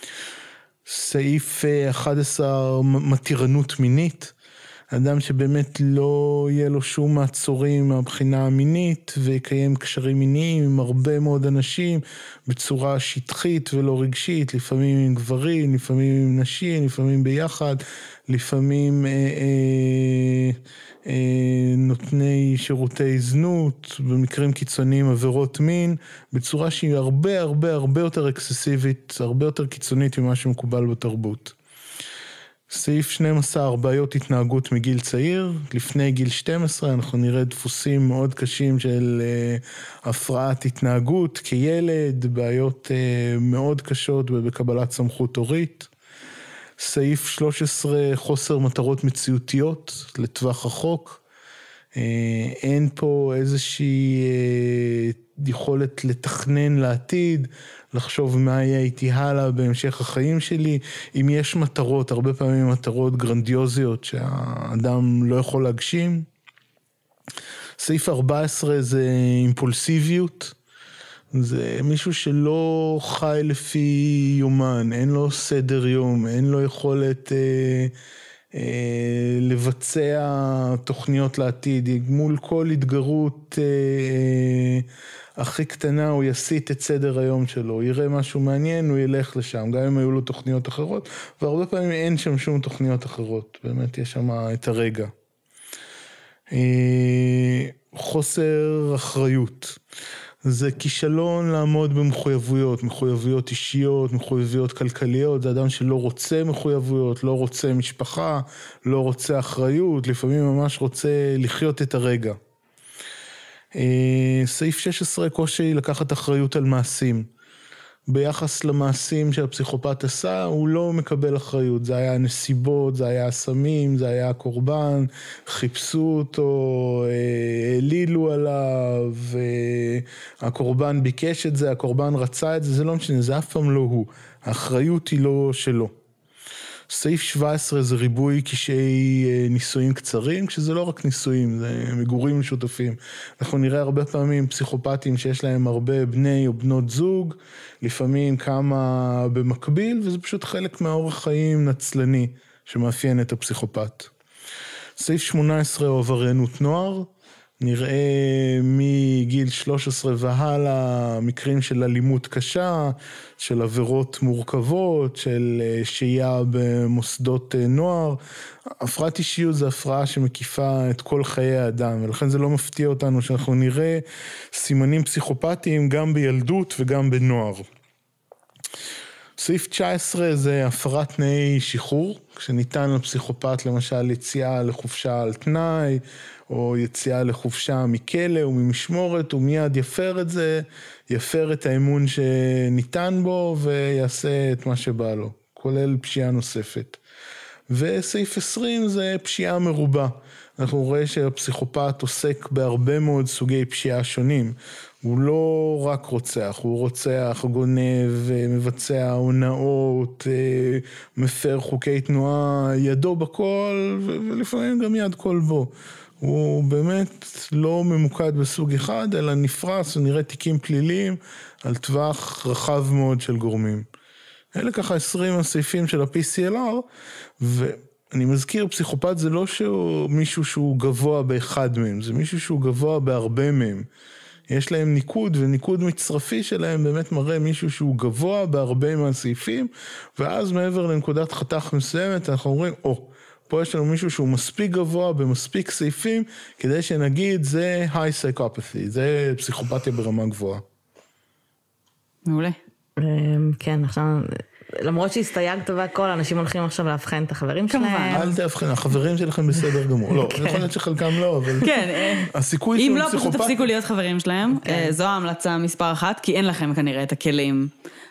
סעיף 11, מתירנות מינית, אדם שבאמת לא יהיה לו שום מעצורים מהבחינה המינית, ויקיים קשרים מיניים עם הרבה מאוד אנשים, בצורה שטחית ולא רגשית, לפעמים עם גברים, לפעמים עם נשים, לפעמים ביחד, לפעמים נותני שירותי זנות, במקרים קיצוניים עבירות מין, בצורה שהיא הרבה הרבה הרבה יותר אקססיבית, הרבה יותר קיצונית ממה שמקובל בתרבות. סעיף 12, בעיות התנהגות מגיל צעיר, לפני גיל 12 אנחנו נראה דפוסים מאוד קשים של הפרעת התנהגות כילד, בעיות מאוד קשות בקבלת סמכות הורית. סעיף 13, חוסר מטרות מציאותיות לטווח רחוק, אין פה איזושהי יכולת לתכנן לעתיד, לחשוב מה יהיה איתי הלאה בהמשך החיים שלי. אם יש מטרות, הרבה פעמים מטרות גרנדיוזיות שהאדם לא יכול להגשים. סעיף 14 זה אימפולסיביות. זה מישהו שלא חי לפי יומן, אין לו סדר יום, אין לו יכולת לבצע תוכניות לעתיד. מול כל התגרות הכי קטנה הוא יסיט את סדר היום שלו, הוא יראה משהו מעניין, הוא ילך לשם, גם אם היו לו תוכניות אחרות, והרבה פעמים אין שם שום תוכניות אחרות, באמת יש שם את הרגע. חוסר אחריות. זה כישלון לעמוד במחויבויות, מחויבויות אישיות, מחויבויות כלכליות, זה אדם שלא רוצה מחויבויות, לא רוצה משפחה, לא רוצה אחריות, לפעמים ממש רוצה לחיות את הרגע. סעיף 16, קושי לקחת אחריות על מעשים. ביחס למעשים שהפסיכופת עשה, הוא לא מקבל אחריות. זה היה נסיבות, זה היה הסמים, זה היה הקורבן, חיפשו אותו, העלילו עליו, הקורבן ביקש את זה, הקורבן רצה את זה, זה לא משנה, זה אף פעם לא הוא. האחריות היא לא שלו. סעיף 17 זה ריבוי קשי ניסויים קצרים, כשזה לא רק ניסויים, זה מגורים משותפים. אנחנו נראה הרבה פעמים פסיכופטים שיש להם הרבה בני או בנות זוג, לפעמים כמה במקביל, וזה פשוט חלק מהאורח חיים נצלני שמאפיין את הפסיכופט. סעיף 18 הוא עבריינות נוער, נראה מגיל 13 והלאה מקרים של אלימות קשה, של עבירות מורכבות, של שהייה במוסדות נוער. הפרעת אישיות זה הפרעה שמקיפה את כל חיי האדם, ולכן זה לא מפתיע אותנו שאנחנו נראה סימנים פסיכופטיים גם בילדות וגם בנוער. סעיף 19 זה הפרת תנאי שחרור, כשניתן לפסיכופט למשל יציאה לחופשה על תנאי, או יציאה לחופשה מכלא או ממשמורת, הוא מיד יפר את זה, יפר את האמון שניתן בו, ויעשה את מה שבא לו, כולל פשיעה נוספת. וסעיף 20 זה פשיעה מרובה. אנחנו רואים שהפסיכופט עוסק בהרבה מאוד סוגי פשיעה שונים. הוא לא רק רוצח, הוא רוצח, גונב, מבצע הונאות, מפר חוקי תנועה, ידו בכל, ולפעמים גם יד כל בו. הוא באמת לא ממוקד בסוג אחד, אלא נפרס ונראה תיקים פליליים על טווח רחב מאוד של גורמים. אלה ככה 20 הסעיפים של ה-PCLR, ואני מזכיר, פסיכופת זה לא מישהו שהוא גבוה באחד מהם, זה מישהו שהוא גבוה בהרבה מהם. יש להם ניקוד, וניקוד מצרפי שלהם באמת מראה מישהו שהוא גבוה בהרבה מהסעיפים, ואז מעבר לנקודת חתך מסוימת, אנחנו אומרים, פה יש לנו מישהו שהוא מספיק גבוה במספיק סעיפים, כדי שנגיד זה high psychopathy, זה פסיכופתיה ברמה גבוהה. מעולה. כן, עכשיו, למרות שהסתייגת והכל, אנשים הולכים עכשיו להבחן את החברים שלהם. אל תאבחן, החברים שלכם בסדר גמור. לא, יכול להיות שחלקם לא, אבל הסיכוי אם לא, פשוט תפסיקו להיות חברים שלהם. זו ההמלצה מספר 1, כי אין לכם כנראה את הכלים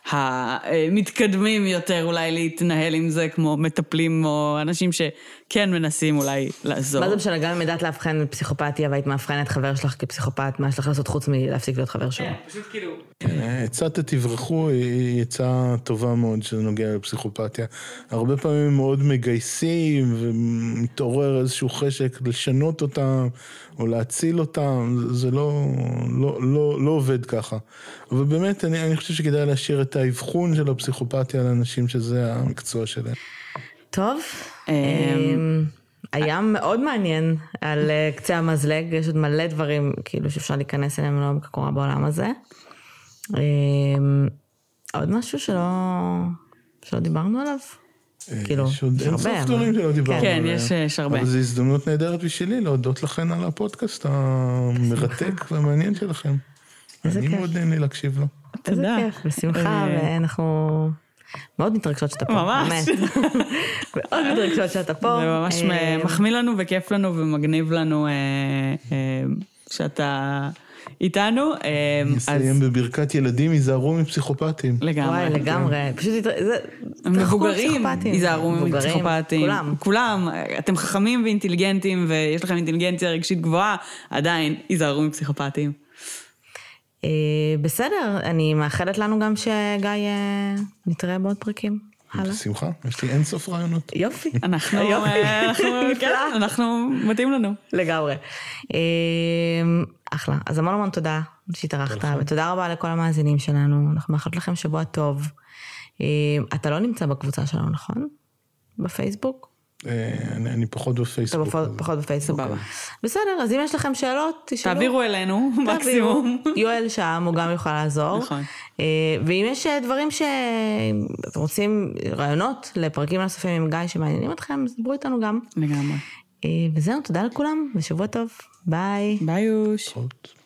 המתקדמים יותר אולי להתנהל עם זה, כמו מטפלים או אנשים שכן מנסים אולי לעזור. מה זה משנה, גם אם ידעת להבחן פסיכופתיה והיית מאבחנת חבר שלך כפסיכופת, מה יש לך לעשות חוץ מלהפסיק להיות חבר שלו? כן, פשוט כאילו. עצת תברחו היא עצה טובה מאוד שנוגע לפסיכופתיה. הרבה פעמים מאוד מגייסים ומתעורר איזשהו חשק לשנות אותם או להציל אותם, זה לא עובד ככה. אבל באמת אני חושב שכדאי להשאיר את האבחון של הפסיכופתיה לאנשים שזה המקצוע שלהם. טוב, היה מאוד מעניין על קצה המזלג, יש עוד מלא דברים כאילו שאפשר להיכנס אליהם לא כקורה בעולם הזה. עוד משהו שלא דיברנו עליו? כאילו, יש עוד אין סוף דברים שלא דיברנו עליהם. כן, יש הרבה. אבל זו הזדמנות נהדרת בשבילי להודות לכן על הפודקאסט המרתק והמעניין שלכם. אני מאוד נהנה להקשיב לו. איזה כיף, בשמחה, ואנחנו מאוד מתרגשות שאתה פה. ממש. מאוד מתרגשות שאתה פה. זה ממש מחמיא לנו וכיף לנו ומגניב לנו שאתה איתנו. נסיים בברכת ילדים, ייזהרו מפסיכופטים. לגמרי. וואי, לגמרי. פשוט מבוגרים, ייזהרו מפסיכופטים. כולם. אתם חכמים ואינטליגנטים, ויש לכם אינטליגנציה רגשית גבוהה, עדיין ייזהרו מפסיכופטים. בסדר, אני מאחלת לנו גם שגיא נתראה בעוד פרקים. בשמחה, יש לי אינסוף רעיונות. יופי. אנחנו מתאים לנו. לגמרי. אחלה. אז המון תודה שהתארחת, ותודה רבה לכל המאזינים שלנו. אנחנו מאחלות לכם שבוע טוב. אתה לא נמצא בקבוצה שלנו, נכון? בפייסבוק? אני פחות בפייסבוק. אתה פחות בפייסבוק. בסדר, אז אם יש לכם שאלות, תשאלו. תעבירו אלינו, מקסימום. יואל שם, הוא גם יוכל לעזור. נכון. ואם יש דברים שאתם רוצים, רעיונות לפרקים נוספים עם גיא שמעניינים אתכם, אז דברו איתנו גם. לגמרי. וזהו, תודה לכולם, ושבוע טוב. ביי. ביי יוש.